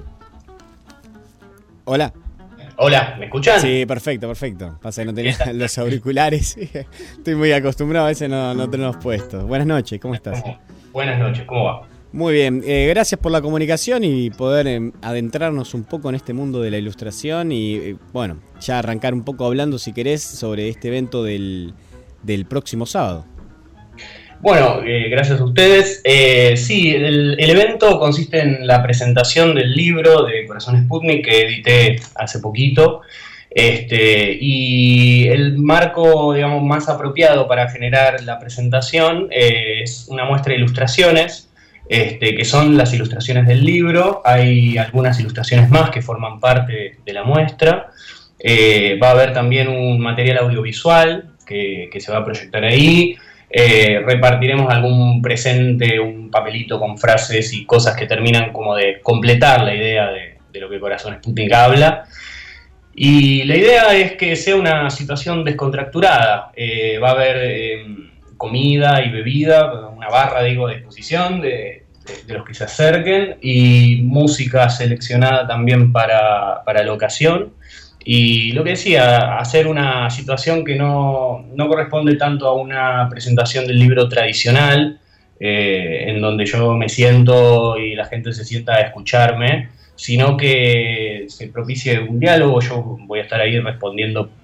Hola. Hola, ¿me escuchan? Sí, perfecto, perfecto. Pasa que no tenía los auriculares. Estoy muy acostumbrado, a veces no, no tenerlos puestos. Buenas noches, ¿cómo estás? Buenas noches, ¿cómo va? Muy bien, eh, gracias por la comunicación y poder eh, adentrarnos un poco en este mundo de la ilustración y, eh, bueno, ya arrancar un poco hablando, si querés, sobre este evento del, del próximo sábado. Bueno, eh, gracias a ustedes. Eh, sí, el, el evento consiste en la presentación del libro de Corazón Sputnik que edité hace poquito. Este, y el marco, digamos, más apropiado para generar la presentación eh, es una muestra de ilustraciones, este, que son las ilustraciones del libro. Hay algunas ilustraciones más que forman parte de la muestra. Eh, va a haber también un material audiovisual que, que se va a proyectar ahí. Eh, repartiremos algún presente, un papelito con frases y cosas que terminan como de completar la idea de, de lo que Corazón Sputnik habla. Y la idea es que sea una situación descontracturada. Eh, va a haber eh, comida y bebida, una barra, digo, de exposición de, de, de los que se acerquen, y música seleccionada también para, para la ocasión. Y lo que decía, hacer una situación que no, no corresponde tanto a una presentación del libro tradicional, eh, en donde yo me siento y la gente se sienta a escucharme, sino que se propicie un diálogo. Yo voy a estar ahí respondiendo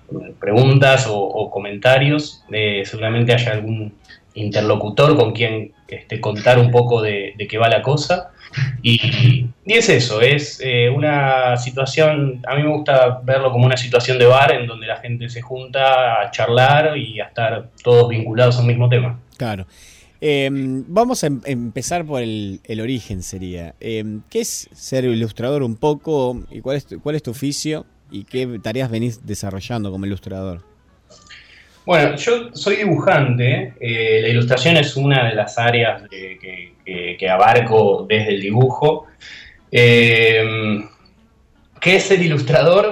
preguntas o, o comentarios, eh, seguramente haya algún interlocutor con quien este, contar un poco de, de qué va la cosa. Y, y es eso, es eh, una situación, a mí me gusta verlo como una situación de bar en donde la gente se junta a charlar y a estar todos vinculados a un mismo tema. Claro. Eh, vamos a em empezar por el, el origen, sería. Eh, ¿Qué es ser ilustrador un poco? ¿Y cuál es tu, cuál es tu oficio? ¿Y qué tareas venís desarrollando como ilustrador? Bueno, yo soy dibujante. Eh, la ilustración es una de las áreas de, que, que, que abarco desde el dibujo. Eh, ¿Qué es ser ilustrador?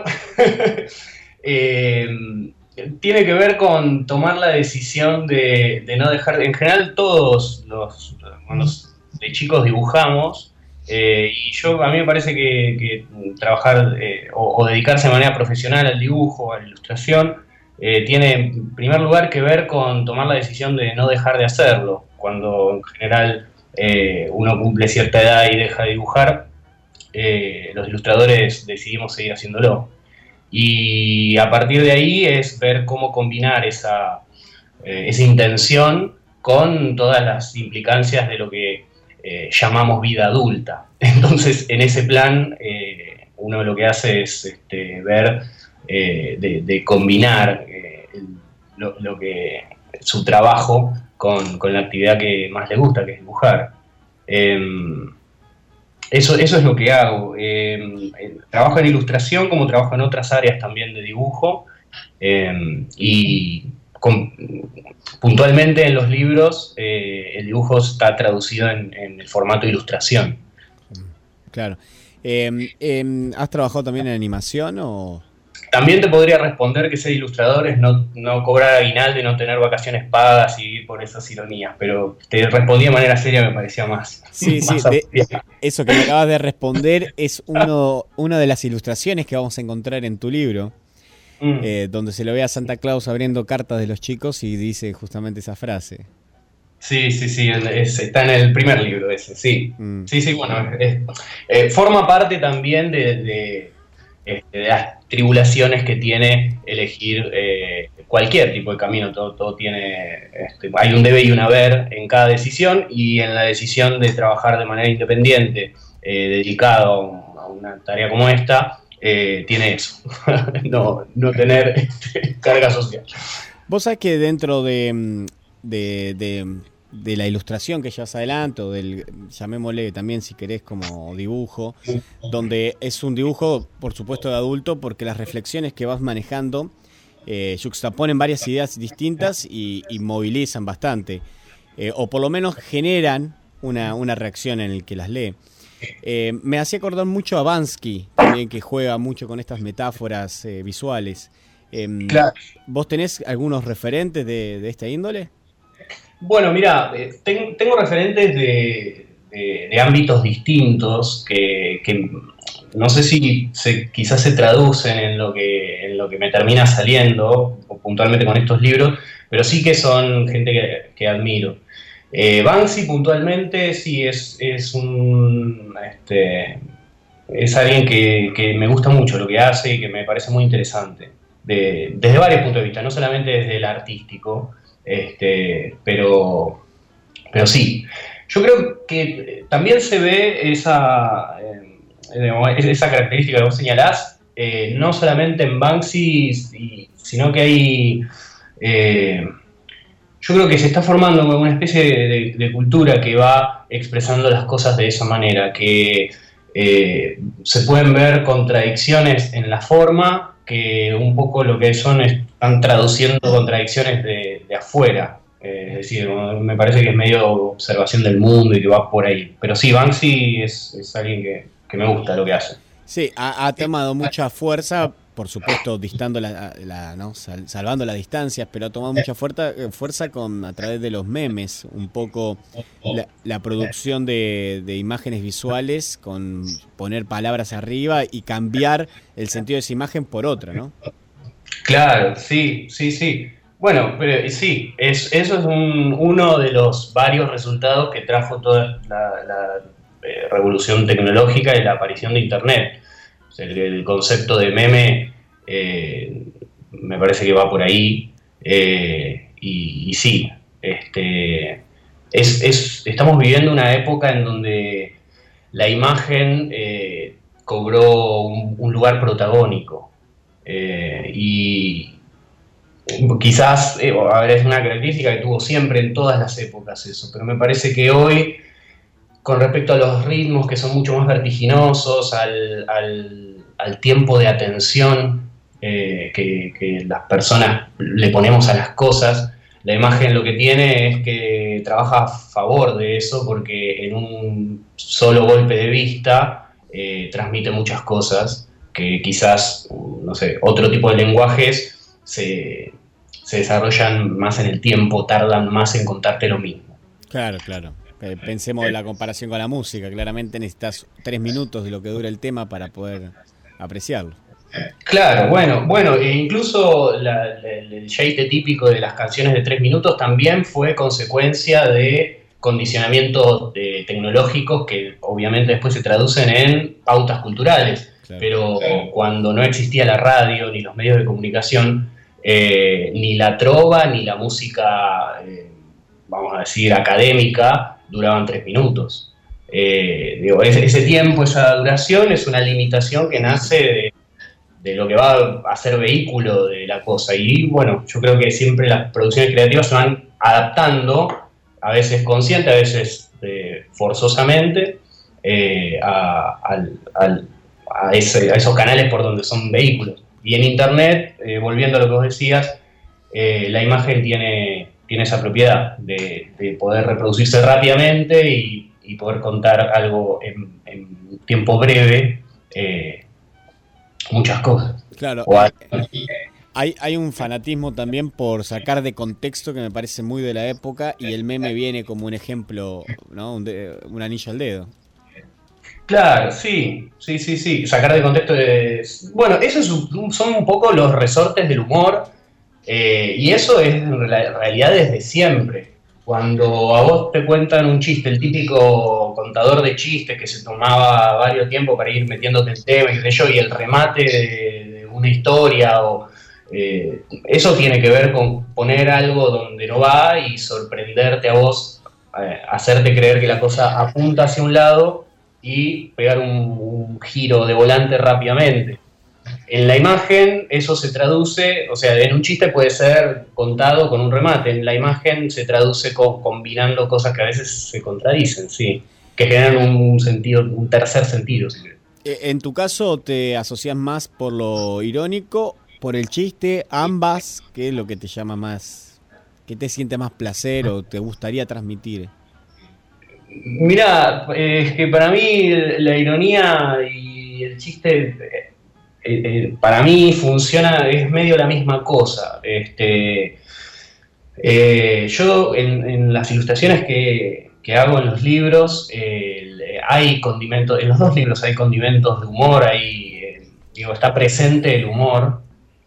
eh, tiene que ver con tomar la decisión de, de no dejar... En general todos los, cuando de chicos dibujamos, eh, y yo a mí me parece que, que trabajar eh, o, o dedicarse de manera profesional al dibujo, a la ilustración, Eh, tiene en primer lugar que ver con tomar la decisión de no dejar de hacerlo. Cuando en general eh, uno cumple cierta edad y deja de dibujar, eh, los ilustradores decidimos seguir haciéndolo. Y a partir de ahí es ver cómo combinar esa, eh, esa intención con todas las implicancias de lo que eh, llamamos vida adulta. Entonces, en ese plan, eh, uno lo que hace es este, ver... Eh, de, de combinar eh, lo, lo que su trabajo con, con la actividad que más le gusta, que es dibujar. Eh, eso, eso es lo que hago. Eh, trabajo en ilustración como trabajo en otras áreas también de dibujo, eh, y con, puntualmente en los libros eh, el dibujo está traducido en, en el formato ilustración. Claro. Eh, eh, ¿Has trabajado también en animación o...? También te podría responder que ser ilustrador es no, no cobrar aguinaldo y no tener vacaciones pagas y ir por esas ironías, pero te respondí de manera seria, me parecía más. Sí, más sí, de, eso que me acabas de responder es uno, una de las ilustraciones que vamos a encontrar en tu libro, mm. eh, donde se lo ve a Santa Claus abriendo cartas de los chicos y dice justamente esa frase. Sí, sí, sí, es, está en el primer libro ese, sí. Mm. Sí, sí, bueno, es, eh, forma parte también de... de Este, de las tribulaciones que tiene elegir eh, cualquier tipo de camino. Todo, todo tiene, este, hay un debe y un haber en cada decisión, y en la decisión de trabajar de manera independiente, eh, dedicado a una tarea como esta, eh, tiene eso, no, no tener este, carga social. Vos sabés que dentro de, de, de, de la ilustración que llevas adelante, o del, llamémosle también si querés como dibujo, donde es un dibujo por supuesto de adulto, porque las reflexiones que vas manejando eh, yuxtaponen varias ideas distintas y, y movilizan bastante, eh, o por lo menos generan una, una reacción en el que las lee. Eh, me hacía acordar mucho a Bansky, también, que juega mucho con estas metáforas eh, visuales. Eh, claro. ¿Vos tenés algunos referentes de, de esta índole? Bueno, mira, ten, tengo referentes de, de, de ámbitos distintos que, que no sé si se, quizás se traducen en lo que, en lo que me termina saliendo, o puntualmente con estos libros, pero sí que son gente que, que admiro. Eh, Banksy puntualmente sí es, es un este, es alguien que, que me gusta mucho lo que hace y que me parece muy interesante, de, desde varios puntos de vista, no solamente desde el artístico. Este, pero, pero sí, yo creo que también se ve esa, eh, esa característica que vos señalás, eh, no solamente en Banksy, sino que hay, eh, yo creo que se está formando una especie de, de cultura que va expresando las cosas de esa manera, que eh, se pueden ver contradicciones en la forma, que un poco lo que son están traduciendo contradicciones de, de afuera. Eh, es decir, me parece que es medio observación del mundo y que va por ahí. Pero sí, Banksy es, es alguien que, que me gusta lo que hace. Sí, ha, ha tomado mucha fuerza, por supuesto, distando la, la, ¿no? Sal, salvando las distancias, pero ha tomado mucha fuerza, fuerza con, a través de los memes, un poco la, la producción de, de imágenes visuales, con poner palabras arriba y cambiar el sentido de esa imagen por otra, ¿no? Claro, sí, sí, sí. Bueno, pero sí, es, eso es un, uno de los varios resultados que trajo toda la, la eh, revolución tecnológica y la aparición de Internet. El, el concepto de meme eh, me parece que va por ahí. Eh, y, y sí, este, es, es, estamos viviendo una época en donde la imagen eh, cobró un, un lugar protagónico. Eh, y quizás, eh, a ver, es una característica que tuvo siempre en todas las épocas eso, pero me parece que hoy, con respecto a los ritmos que son mucho más vertiginosos, al, al, al tiempo de atención eh, que, que las personas le ponemos a las cosas, la imagen lo que tiene es que trabaja a favor de eso, porque en un solo golpe de vista eh, transmite muchas cosas que quizás, no sé, otro tipo de lenguajes se, se desarrollan más en el tiempo, tardan más en contarte lo mismo. Claro, claro. Pensemos en la comparación con la música. Claramente necesitas tres minutos de lo que dura el tema para poder apreciarlo. Claro, bueno, bueno, e incluso la, la, el jeite típico de las canciones de tres minutos también fue consecuencia de condicionamientos de, tecnológicos que obviamente después se traducen en pautas culturales. Claro. Pero cuando no existía la radio ni los medios de comunicación, eh, ni la trova ni la música, eh, vamos a decir, académica, duraban tres minutos. Eh, digo, ese, ese tiempo, esa duración es una limitación que nace de, de lo que va a ser vehículo de la cosa. Y bueno, yo creo que siempre las producciones creativas se van adaptando, a veces consciente, a veces eh, forzosamente, eh, a, al, al, a, ese, a esos canales por donde son vehículos. Y en Internet, eh, volviendo a lo que vos decías, eh, la imagen tiene... tiene esa propiedad de, de poder reproducirse rápidamente y, y poder contar algo en, en tiempo breve, eh, muchas cosas. Claro, hay, hay un fanatismo también por sacar de contexto que me parece muy de la época, y el meme viene como un ejemplo, ¿no? Un, de, un anillo al dedo. Claro, sí, sí, sí, sí, sacar de contexto de... Bueno, esos son un poco los resortes del humor. Eh, y eso es en realidad desde siempre. Cuando a vos te cuentan un chiste, el típico contador de chistes que se tomaba varios tiempo para ir metiéndote en tema y, yo, y el remate de, de una historia, o, eh, eso tiene que ver con poner algo donde no va y sorprenderte a vos, eh, hacerte creer que la cosa apunta hacia un lado y pegar un, un giro de volante rápidamente. En la imagen eso se traduce, o sea, en un chiste puede ser contado con un remate, en la imagen se traduce co- combinando cosas que a veces se contradicen, sí, que generan un sentido, un tercer sentido. ¿Sí? En tu caso, ¿te asocias más por lo irónico, por el chiste, ambas? ¿Qué es lo que te llama más, qué te siente más placer o te gustaría transmitir? Mirá, es eh, que para mí la ironía y el chiste... Eh, Eh, eh, para mí funciona, es medio la misma cosa. Este, eh, yo en, en las ilustraciones que, que hago en los libros, eh, hay condimentos, en los dos libros hay condimentos de humor, hay, eh, digo, está presente el humor,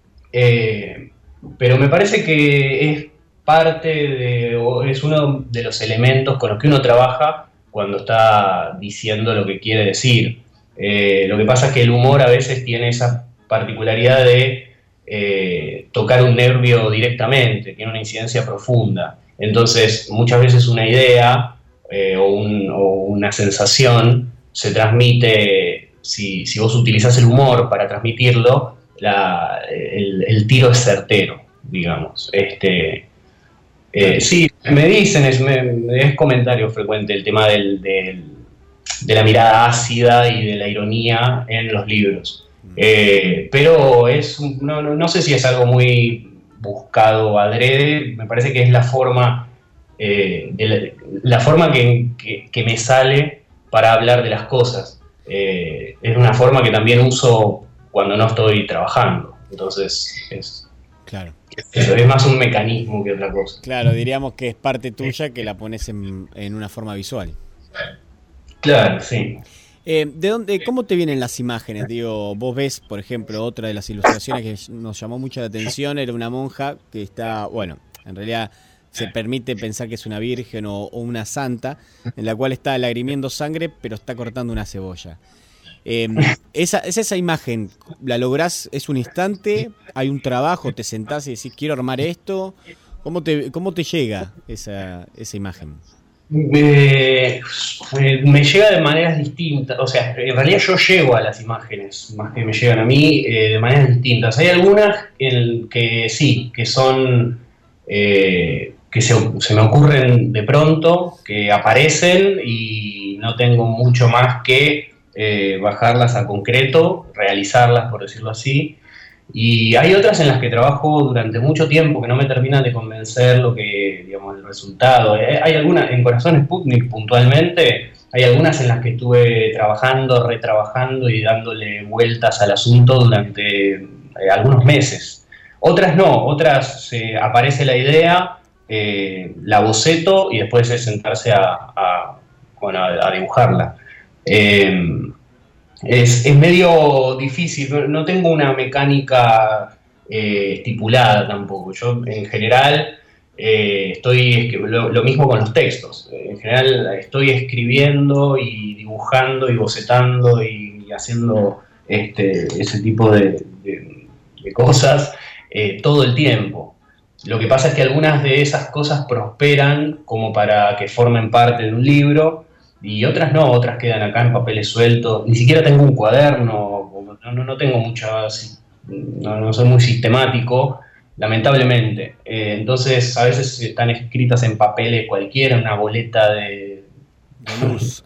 eh, pero me parece que es parte de, o es uno de los elementos con los que uno trabaja cuando está diciendo lo que quiere decir. Eh, lo que pasa es que el humor a veces tiene esa particularidad de eh, tocar un nervio directamente, tiene una incidencia profunda. Entonces, muchas veces una idea eh, o, un, o una sensación se transmite, si, si vos utilizás el humor para transmitirlo, la, el, el tiro es certero, digamos. Este, eh, sí, me dicen, es, me, es comentario frecuente el tema del... del de la mirada ácida y de la ironía en los libros. Eh, pero es no, no, no sé si es algo muy buscado adrede, me parece que es la forma, eh, de la, la forma que, que, que me sale para hablar de las cosas. Eh, es una forma que también uso cuando no estoy trabajando. Entonces, es, claro. Eso es más un mecanismo que otra cosa. Claro, diríamos que es parte tuya que la pones en, en una forma visual. Claro, sí. Eh, ¿de dónde, cómo te vienen las imágenes? Digo, vos ves, por ejemplo, otra de las ilustraciones que nos llamó mucho la atención, era una monja que está, bueno, en realidad se permite pensar que es una virgen o, o una santa, en la cual está lagrimiendo sangre, pero está cortando una cebolla. Eh, esa, es esa imagen, ¿la lográs? ¿Es un instante? ¿Hay un trabajo? ¿Te sentás y decís, quiero armar esto? ¿Cómo te, cómo te llega esa, esa imagen? Me, me llega de maneras distintas, o sea, en realidad yo llego a las imágenes, más que me llegan a mí, eh, de maneras distintas. Hay algunas en que sí, que son, eh, que se, se me ocurren de pronto, que aparecen y no tengo mucho más que eh, bajarlas a concreto, realizarlas, por decirlo así. Y hay otras en las que trabajo durante mucho tiempo que no me terminan de convencer lo que, digamos, el resultado. Hay algunas, en Corazón Sputnik puntualmente, hay algunas en las que estuve trabajando, retrabajando y dándole vueltas al asunto durante eh, algunos meses. Otras no, otras eh, aparece la idea, eh, la boceto y después es sentarse a, a, bueno, a, a dibujarla. Eh, Es, es medio difícil, no tengo una mecánica eh, estipulada tampoco. Yo en general eh, estoy, lo, lo mismo con los textos, en general estoy escribiendo y dibujando y bocetando y haciendo este, ese tipo de, de, de cosas eh, todo el tiempo. Lo que pasa es que algunas de esas cosas prosperan como para que formen parte de un libro, y otras no, otras quedan acá en papeles sueltos. Ni siquiera tengo un cuaderno, no, no, no tengo muchas, no, no soy muy sistemático, lamentablemente. Eh, entonces a veces están escritas en papeles cualquiera, una boleta de, de luz.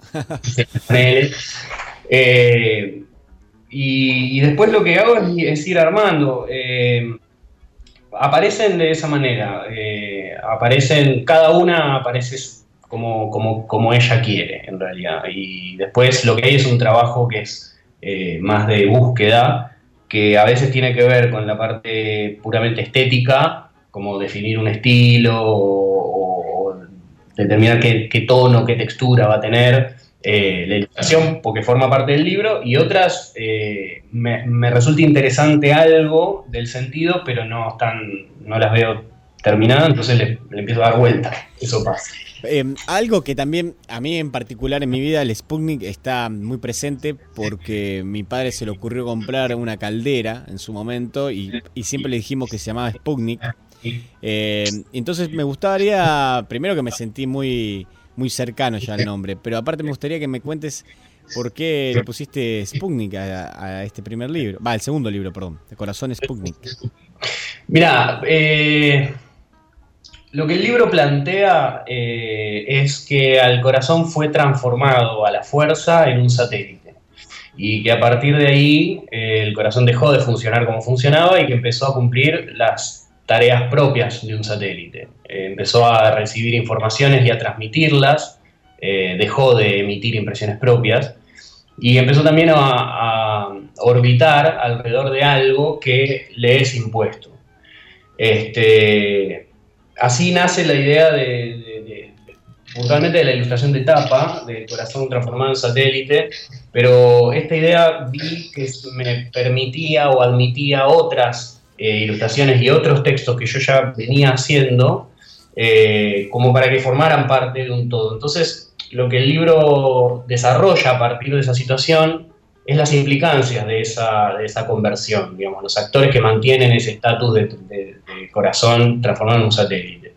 eh, y, y después lo que hago es, es ir armando. Eh, aparecen de esa manera, eh, aparecen, cada una aparece Como, como, como ella quiere, en realidad. Y después lo que hay es un trabajo que es eh, más de búsqueda, que a veces tiene que ver con la parte puramente estética, como definir un estilo o, o determinar qué, qué tono, qué textura va a tener eh, la ilustración, porque forma parte del libro, y otras eh, me, me resulta interesante algo del sentido, pero no, están, no las veo terminadas, entonces le, le empiezo a dar vuelta. Eso pasa. Eh, algo que también a mí en particular en mi vida, el Sputnik está muy presente porque mi padre se le ocurrió comprar una caldera en su momento y, y siempre le dijimos que se llamaba Sputnik. Eh, entonces me gustaría, primero que me sentí muy, muy cercano ya al nombre, pero aparte me gustaría que me cuentes por qué le pusiste Sputnik a, a este primer libro, va, el segundo libro, perdón, de Corazón Sputnik. Mirá, eh... lo que el libro plantea eh, es que al corazón fue transformado a la fuerza en un satélite y que a partir de ahí eh, el corazón dejó de funcionar como funcionaba y que empezó a cumplir las tareas propias de un satélite. Eh, empezó a recibir informaciones y a transmitirlas, eh, dejó de emitir impresiones propias y empezó también a, a orbitar alrededor de algo que le es impuesto. Este... Así nace la idea de, de, de, de, puntualmente de la ilustración de tapa, del corazón transformado en satélite, pero esta idea vi que me permitía o admitía otras eh, ilustraciones y otros textos que yo ya venía haciendo, eh, como para que formaran parte de un todo. Entonces, lo que el libro desarrolla a partir de esa situación es las implicancias de esa, de esa conversión, digamos, los actores que mantienen ese estatus de, de, de corazón transformado en un satélite.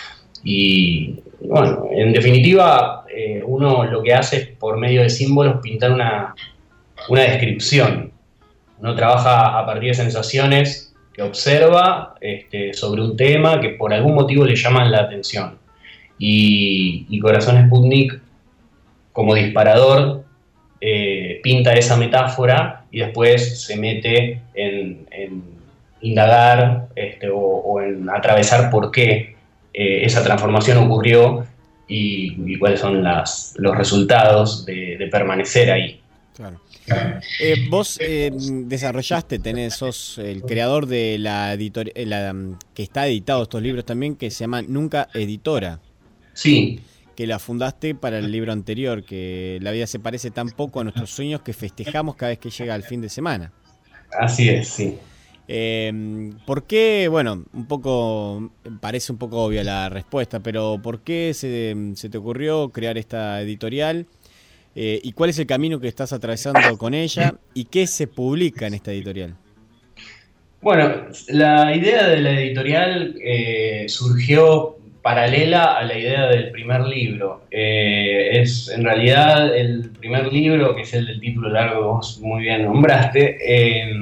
Y bueno, en definitiva, eh, uno lo que hace es por medio de símbolos pintar una, una descripción. Uno trabaja a partir de sensaciones que observa este, sobre un tema que por algún motivo le llaman la atención. Y, y Corazón Sputnik, como disparador, Eh, pinta esa metáfora y después se mete en, en indagar este, o, o en atravesar por qué eh, esa transformación ocurrió y, y cuáles son las, los resultados de, de permanecer ahí. Claro. Eh, vos eh, desarrollaste, tenés, sos el creador de la editorial que está editado estos libros también, que se llama Nunca Editora. Sí. Que la fundaste para el libro anterior, que la vida se parece tan poco a nuestros sueños que festejamos cada vez que llega el fin de semana. Así es, sí. Eh, ¿Por qué? Bueno, un poco, parece un poco obvia la respuesta, pero ¿por qué se, se te ocurrió crear esta editorial? Eh, ¿Y cuál es el camino que estás atravesando con ella? ¿Y qué se publica en esta editorial? Bueno, la idea de la editorial eh, surgió paralela a la idea del primer libro. Eh, es en realidad el primer libro, que es el del título largo que vos muy bien nombraste, eh,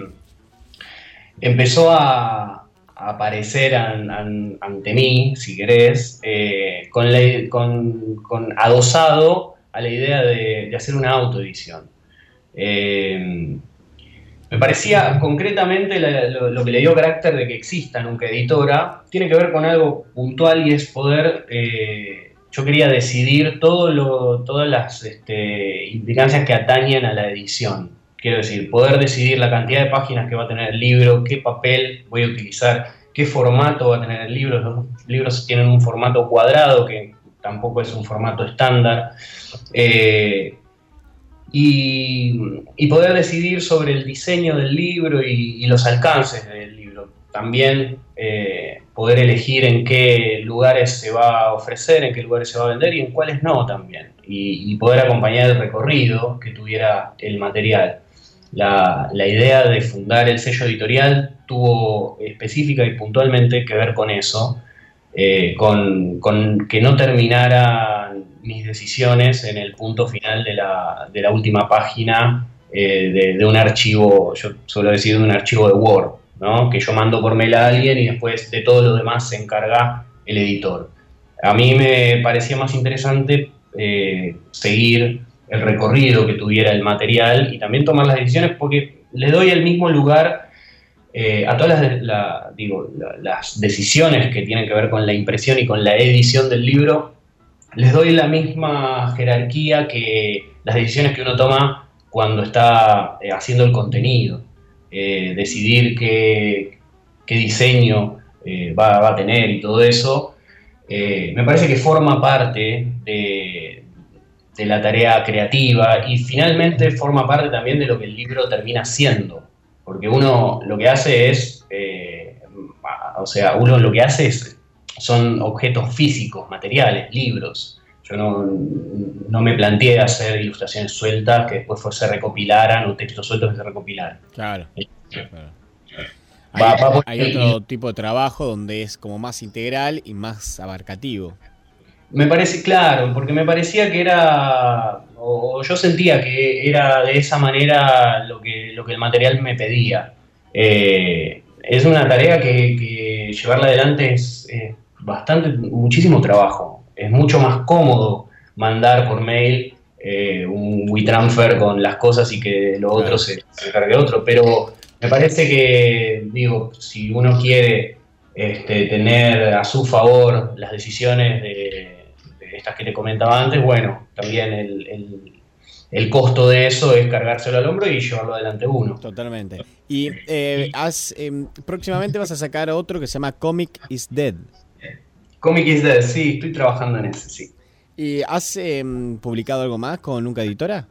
empezó a, a aparecer an, an, ante mí, si querés, eh, con, la, con, con adosado a la idea de, de hacer una autoedición. Eh, Me parecía, concretamente, la, lo, lo que le dio carácter de que exista Nunca Editora, tiene que ver con algo puntual y es poder, eh, yo quería decidir todo lo, todas las este, implicancias que atañen a la edición. Quiero decir, poder decidir la cantidad de páginas que va a tener el libro, qué papel voy a utilizar, qué formato va a tener el libro. Los libros tienen un formato cuadrado, que tampoco es un formato estándar. Eh, Y, y poder decidir sobre el diseño del libro y, y los alcances del libro. También eh, poder elegir en qué lugares se va a ofrecer, en qué lugares se va a vender y en cuáles no también. Y, y poder acompañar el recorrido que tuviera el material. La, la idea de fundar el sello editorial tuvo específica y puntualmente que ver con eso, eh, con, con que no terminara mis decisiones en el punto final de la, de la última página eh, de, de un archivo, yo suelo decir de un archivo de Word, ¿no? Que yo mando por mail a alguien y después de todo lo demás se encarga el editor. A mí me parecía más interesante eh, seguir el recorrido que tuviera el material y también tomar las decisiones porque le doy el mismo lugar eh, a todas las, la, digo, la, las decisiones que tienen que ver con la impresión y con la edición del libro. Les doy la misma jerarquía que las decisiones que uno toma cuando está eh, haciendo el contenido. Eh, decidir qué, qué diseño eh, va, va a tener y todo eso, eh, me parece que forma parte de, de la tarea creativa y finalmente forma parte también de lo que el libro termina siendo. Porque uno lo que hace es, eh, o sea, uno lo que hace es son objetos físicos, materiales, libros. Yo no, no me planteé hacer ilustraciones sueltas que después se recopilaran o textos sueltos que se recopilaran. Claro. claro. Va, hay, va por hay otro tipo de trabajo donde es como más integral y más abarcativo. Me parece, claro, porque me parecía que era, o yo sentía que era de esa manera lo que, lo que el material me pedía. Eh, es una tarea que, que llevarla adelante es... Eh, bastante, muchísimo trabajo. Es mucho más cómodo mandar por mail eh, un WeTransfer con las cosas y que lo otro se, se cargue otro, pero me parece que, digo, si uno quiere este, tener a su favor las decisiones de, de estas que te comentaba antes, bueno, también el, el, el costo de eso es cargárselo al hombro y llevarlo adelante uno. Totalmente. Y eh, has, eh, próximamente vas a sacar otro que se llama Comic is Dead. Comic is Dead, sí, estoy trabajando en ese, sí. ¿Y has eh, publicado algo más con Nunca Editora?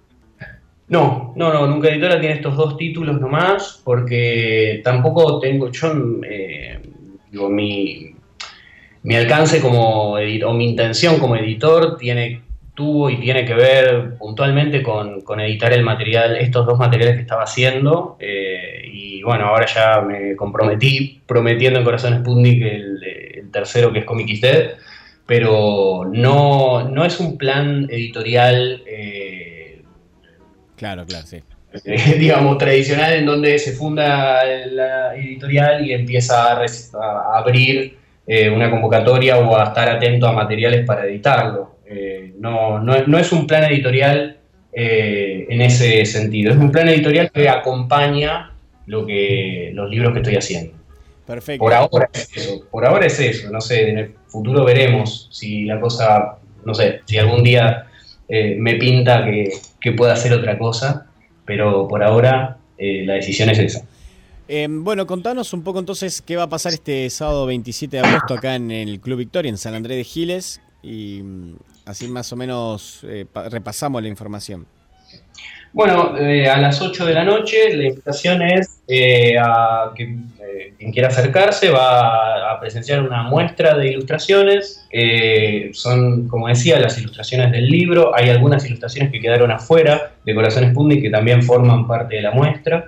No, no, no, Nunca Editora tiene estos dos títulos nomás, porque tampoco tengo, yo, eh, digo, mi, mi alcance como editor, o mi intención como editor tiene, tuvo y tiene que ver puntualmente con, con editar el material, estos dos materiales que estaba haciendo, eh, y bueno, ahora ya me comprometí prometiendo en Corazón Sputnik el, el tercero que es Comic is Dead, pero no, no es un plan editorial eh, claro, claro, sí. eh, digamos tradicional en donde se funda la editorial y empieza a, a abrir eh, una convocatoria o a estar atento a materiales para editarlo. Eh, no, no, no es un plan editorial eh, en ese sentido, es un plan editorial que acompaña lo que, los libros que estoy haciendo. Perfecto. Por ahora es eso, por ahora es eso, no sé, en el futuro veremos si la cosa, no sé, si algún día eh, me pinta que, que pueda hacer otra cosa, pero por ahora eh, la decisión es esa. Eh, bueno, contanos un poco entonces qué va a pasar este sábado veintisiete de agosto acá en el Club Victoria, en San Andrés de Giles, y así más o menos eh, repasamos la información. Bueno, eh, a las ocho de la noche la invitación es eh, a que eh, quien quiera acercarse va a presenciar una muestra de ilustraciones. Eh, son, como decía, las ilustraciones del libro. Hay algunas ilustraciones que quedaron afuera de Corazón Sputnik que también forman parte de la muestra.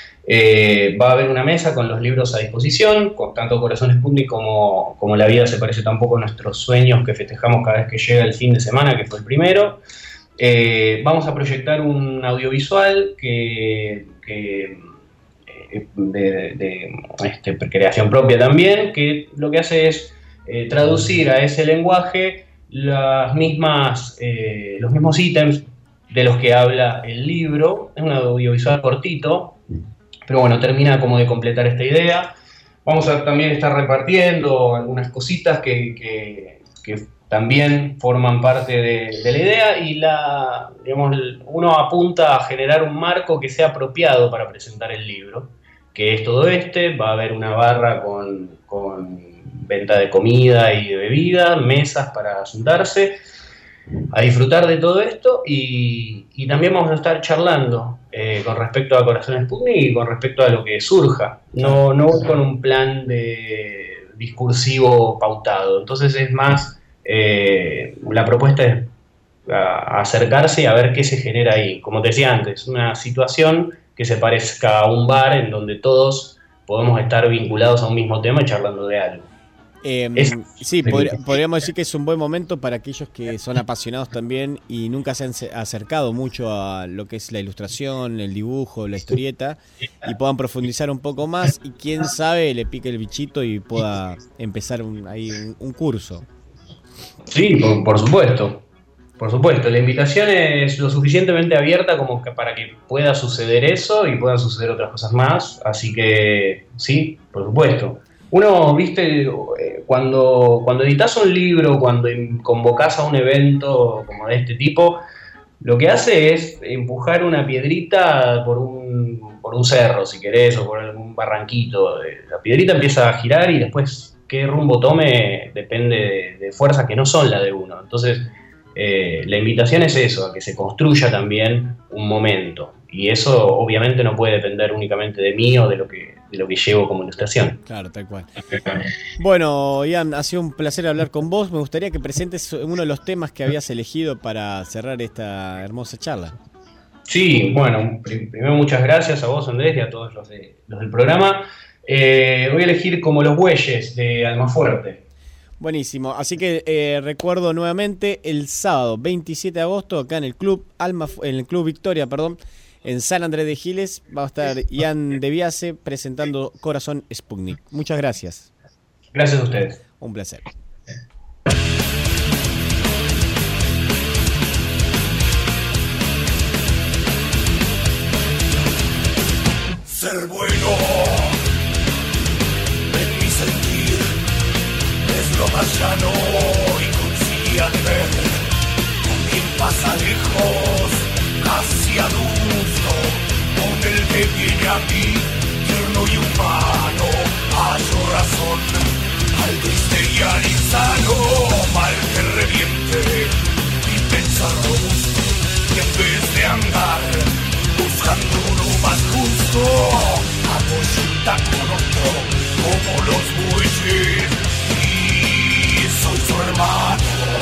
Eh, va a haber una mesa con los libros a disposición, con tanto Corazón Sputnik como, como La vida se parece tampoco a nuestros sueños, que festejamos cada vez que llega el fin de semana, que fue el primero. Eh, vamos a proyectar un audiovisual que, que eh, de, de este, creación propia también, que lo que hace es eh, traducir a ese lenguaje las mismas, eh, los mismos ítems de los que habla el libro. Es un audiovisual cortito, pero bueno, termina como de completar esta idea. Vamos a también estar repartiendo algunas cositas que, que, que también forman parte de, de la idea, y la, digamos, uno apunta a generar un marco que sea apropiado para presentar el libro, que es todo este. Va a haber una barra con, con venta de comida y de bebida, mesas para sentarse a disfrutar de todo esto, y, y también vamos a estar charlando eh, con respecto a Corazón Sputnik y con respecto a lo que surja. No, no con un plan de discursivo pautado. Entonces es más, eh, la propuesta es a, a acercarse y a ver qué se genera ahí. Como te decía antes, una situación que se parezca a un bar en donde todos podemos estar vinculados a un mismo tema y charlando de algo. Eh, sí, podría, podríamos decir que es un buen momento para aquellos que son apasionados también y nunca se han acercado mucho a lo que es la ilustración, el dibujo, la historieta, y puedan profundizar un poco más, y quién sabe le pique el bichito y pueda empezar un, ahí un, un curso. Sí, por, por supuesto, por supuesto. La invitación es lo suficientemente abierta como que para que pueda suceder eso y puedan suceder otras cosas más, así que sí, por supuesto. Uno, viste, cuando, cuando editas un libro, cuando convocas a un evento como de este tipo, lo que hace es empujar una piedrita por un, por un cerro, si querés, o por algún barranquito. La piedrita empieza a girar y después qué rumbo tome depende de, de fuerzas que no son la de uno. Entonces, eh, la invitación es eso, a que se construya también un momento. Y eso obviamente no puede depender únicamente de mí o de lo que, de lo que llevo como ilustración. Claro, tal cual. Bueno, Ian, ha sido un placer hablar con vos. Me gustaría que presentes uno de los temas que habías elegido para cerrar esta hermosa charla. Sí, bueno, primero muchas gracias a vos, Andrés, y a todos los, de, los del programa. Eh, voy a elegir Como los bueyes, de Almafuerte. Buenísimo, así que eh, recuerdo nuevamente el sábado veintisiete de agosto acá en el Club Alma, en el Club Victoria, perdón, en San Andrés de Giles, va a estar Ian De Biase presentando Corazón Sputnik. Muchas gracias. Gracias a ustedes. Un placer. Ser bueno en mi sentir es lo más llano y conciliar de ver con quien pasa lejos, casi adulto, con el que viene a mí, tierno y humano, hallo razón al triste y al insano, mal que reviente y pensar robusto, y en vez de andar buscando lo más justo, apoyo un taco otro como los bueyes y soy su hermano.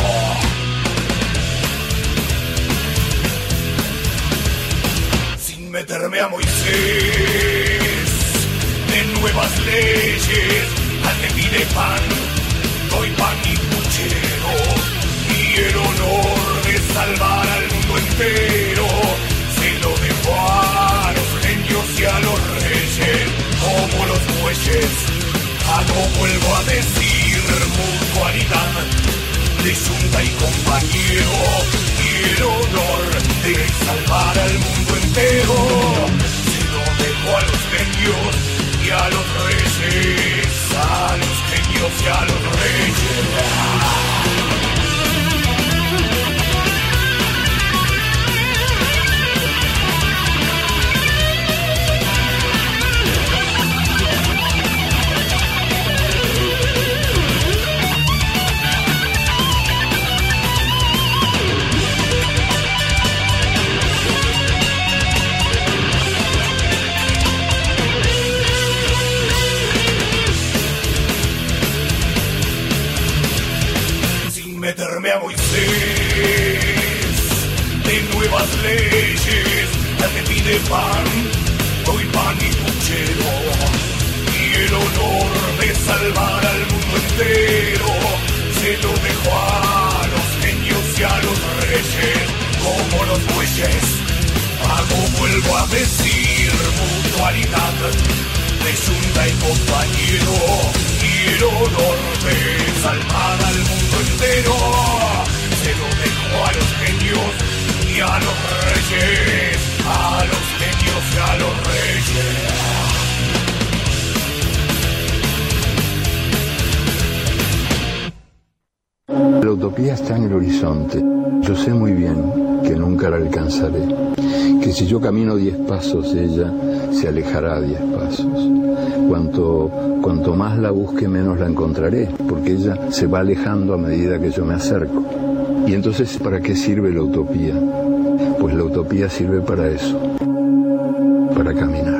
Sin meterme a Moisés de nuevas leyes, al que pide pan doy pan y puchero, y el honor de salvar al mundo entero se lo dejo a los genios y a los reyes, como los bueyes. Ah, no vuelvo a decir mutualidad de yunta y compañero, y el honor de salvar al mundo entero se lo dejo a los genios y a los reyes, a los genios y a los reyes. meterme a Moisés de nuevas leyes. Ya te pide pan, doy pan y puchero, y el honor de salvar al mundo entero se lo dejo a los genios y a los reyes. Como los bueyes, hago, vuelvo a decir, mutualidad de yunta y compañero, y el honor de salvar al mundo entero se lo dejo a los genios y a los reyes, a los genios y a los reyes. La utopía está en el horizonte. Yo sé muy bien que nunca la alcanzaré, que si yo camino diez pasos, ella se alejará diez pasos. Cuanto, cuanto más la busque, menos la encontraré, porque ella se va alejando a medida que yo me acerco. Y entonces, ¿para qué sirve la utopía? Pues la utopía sirve para eso, para caminar.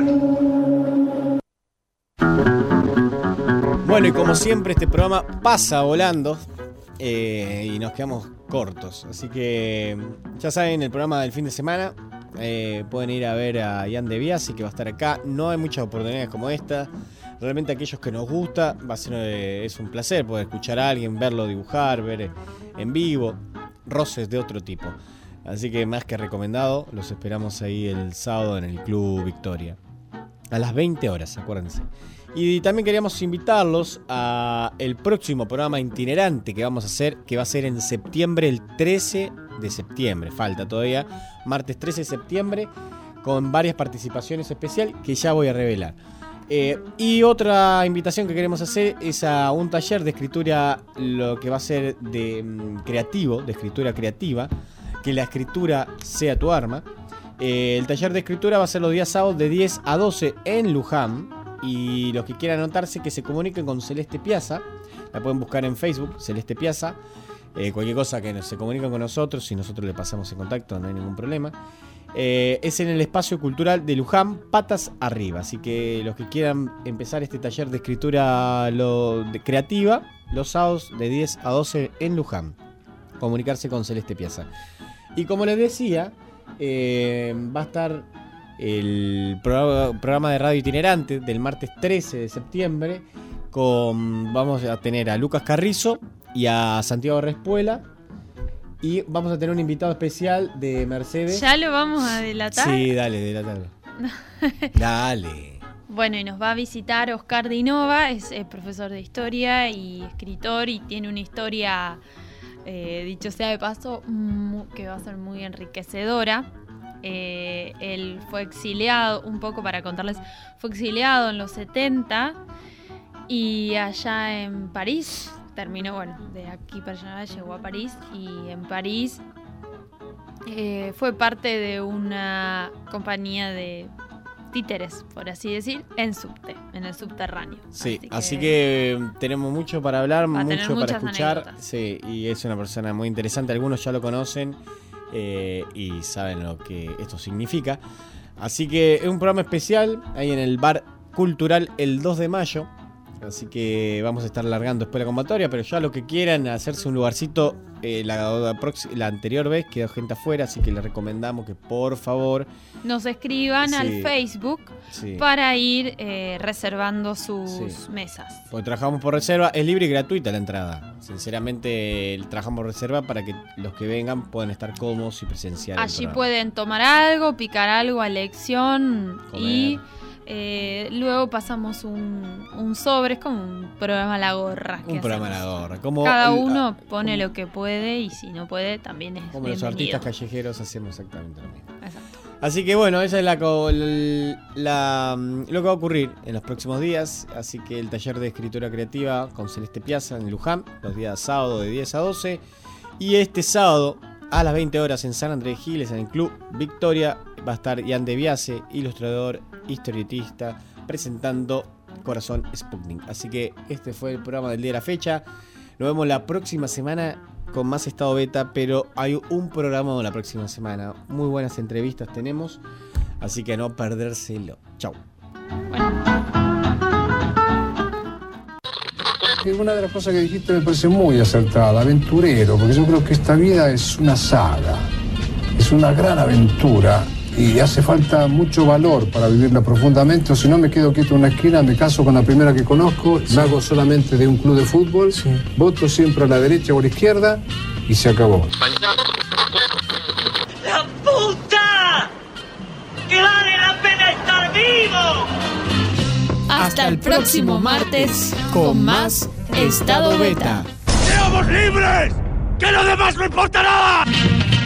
Bueno, y como siempre este programa pasa volando. Eh, y nos quedamos cortos. Así que ya saben, el programa del fin de semana eh, pueden ir a ver a Ian De Biasi, que va a estar acá. No hay muchas oportunidades como esta. Realmente aquellos que nos gusta, va a ser, eh, es un placer poder escuchar a alguien, verlo dibujar, ver en vivo, roces de otro tipo. Así que más que recomendado, los esperamos ahí el sábado en el Club Victoria a las veinte horas, acuérdense. Y también queríamos invitarlos a el próximo programa itinerante que vamos a hacer, que va a ser en septiembre, el trece de septiembre. Falta todavía, martes trece de septiembre, con varias participaciones especiales que ya voy a revelar. Eh, y otra invitación que queremos hacer es a un taller de escritura, lo que va a ser de um, creativo, de escritura creativa, que la escritura sea tu arma. Eh, el taller de escritura va a ser los días sábados de diez a doce en Luján. Y los que quieran anotarse, que se comuniquen con Celeste Piazza. La pueden buscar en Facebook, Celeste Piazza. Eh, cualquier cosa que se comuniquen con nosotros, y nosotros le pasamos en contacto, no hay ningún problema. Eh, es en el espacio cultural de Luján, patas arriba. Así que los que quieran empezar este taller de escritura lo, de, creativa, los sábados de diez a doce en Luján. Comunicarse con Celeste Piazza. Y como les decía, eh, va a estar el programa de radio itinerante del martes trece de septiembre. Con, vamos a tener a Lucas Carrizo y a Santiago Respuela. Y vamos a tener un invitado especial de Mercedes. ¿Ya lo vamos a delatar? Sí, dale, delatalo. Dale. Bueno, y nos va a visitar Oscar Dinova, es, es profesor de historia y escritor, y tiene una historia, eh, dicho sea de paso, muy, que va a ser muy enriquecedora. Eh, él fue exiliado, un poco para contarles, fue exiliado en los setenta y allá en París, terminó, bueno, de aquí para allá llegó a París, y en París eh, fue parte de una compañía de títeres, por así decir, en subte, en el subterráneo. Sí, así que, así que tenemos mucho para hablar, mucho para escuchar. Anécdotas. Sí, y es una persona muy interesante, algunos ya lo conocen. Eh, y saben lo que esto significa. Así que es un programa especial ahí en el Bar Cultural el dos de mayo. Así que vamos a estar largando después la convocatoria, pero ya lo que quieran hacerse un lugarcito, eh, la, la, la anterior vez quedó gente afuera, así que les recomendamos que por favor nos escriban sí, al Facebook sí. para ir eh, reservando sus sí. mesas. Porque trabajamos por reserva, es libre y gratuita la entrada. Sinceramente trabajamos por reserva para que los que vengan puedan estar cómodos y presenciar. Allí pueden tomar algo, picar algo a elección. Comer. Y Eh, luego pasamos un, un sobre, es como un programa a la gorra. Un programa a la gorra. Como cada uno el, pone como, lo que puede, y si no puede también es como bienvenido. Los artistas callejeros hacemos exactamente lo mismo. Exacto. Así que bueno, esa es la, la, la, lo que va a ocurrir en los próximos días. Así que el taller de escritura creativa con Celeste Piazza en Luján, los días sábado de diez a doce. Y este sábado a las veinte horas en San Andrés Giles, en el Club Victoria, va a estar Ian De Biasi, ilustrador, historietista, presentando Corazón Sputnik. Así que este fue el programa del día de la fecha. Nos vemos la próxima semana con más Estado Beta, pero hay un programa la próxima semana. Muy buenas entrevistas tenemos, así que no perdérselo. Chau. Bueno. Que una de las cosas que dijiste me parece muy acertada, aventurero, porque yo creo que esta vida es una saga, es una gran aventura y hace falta mucho valor para vivirla profundamente, o si no me quedo quieto en una esquina, me caso con la primera que conozco, sí. Me hago solamente de un club de fútbol, sí. Voto siempre a la derecha o a la izquierda y se acabó. ¡La puta! ¡Que vale la pena estar vivo! Hasta el próximo martes con más Estado Beta. ¡Seamos libres! ¡Que lo demás no importa nada!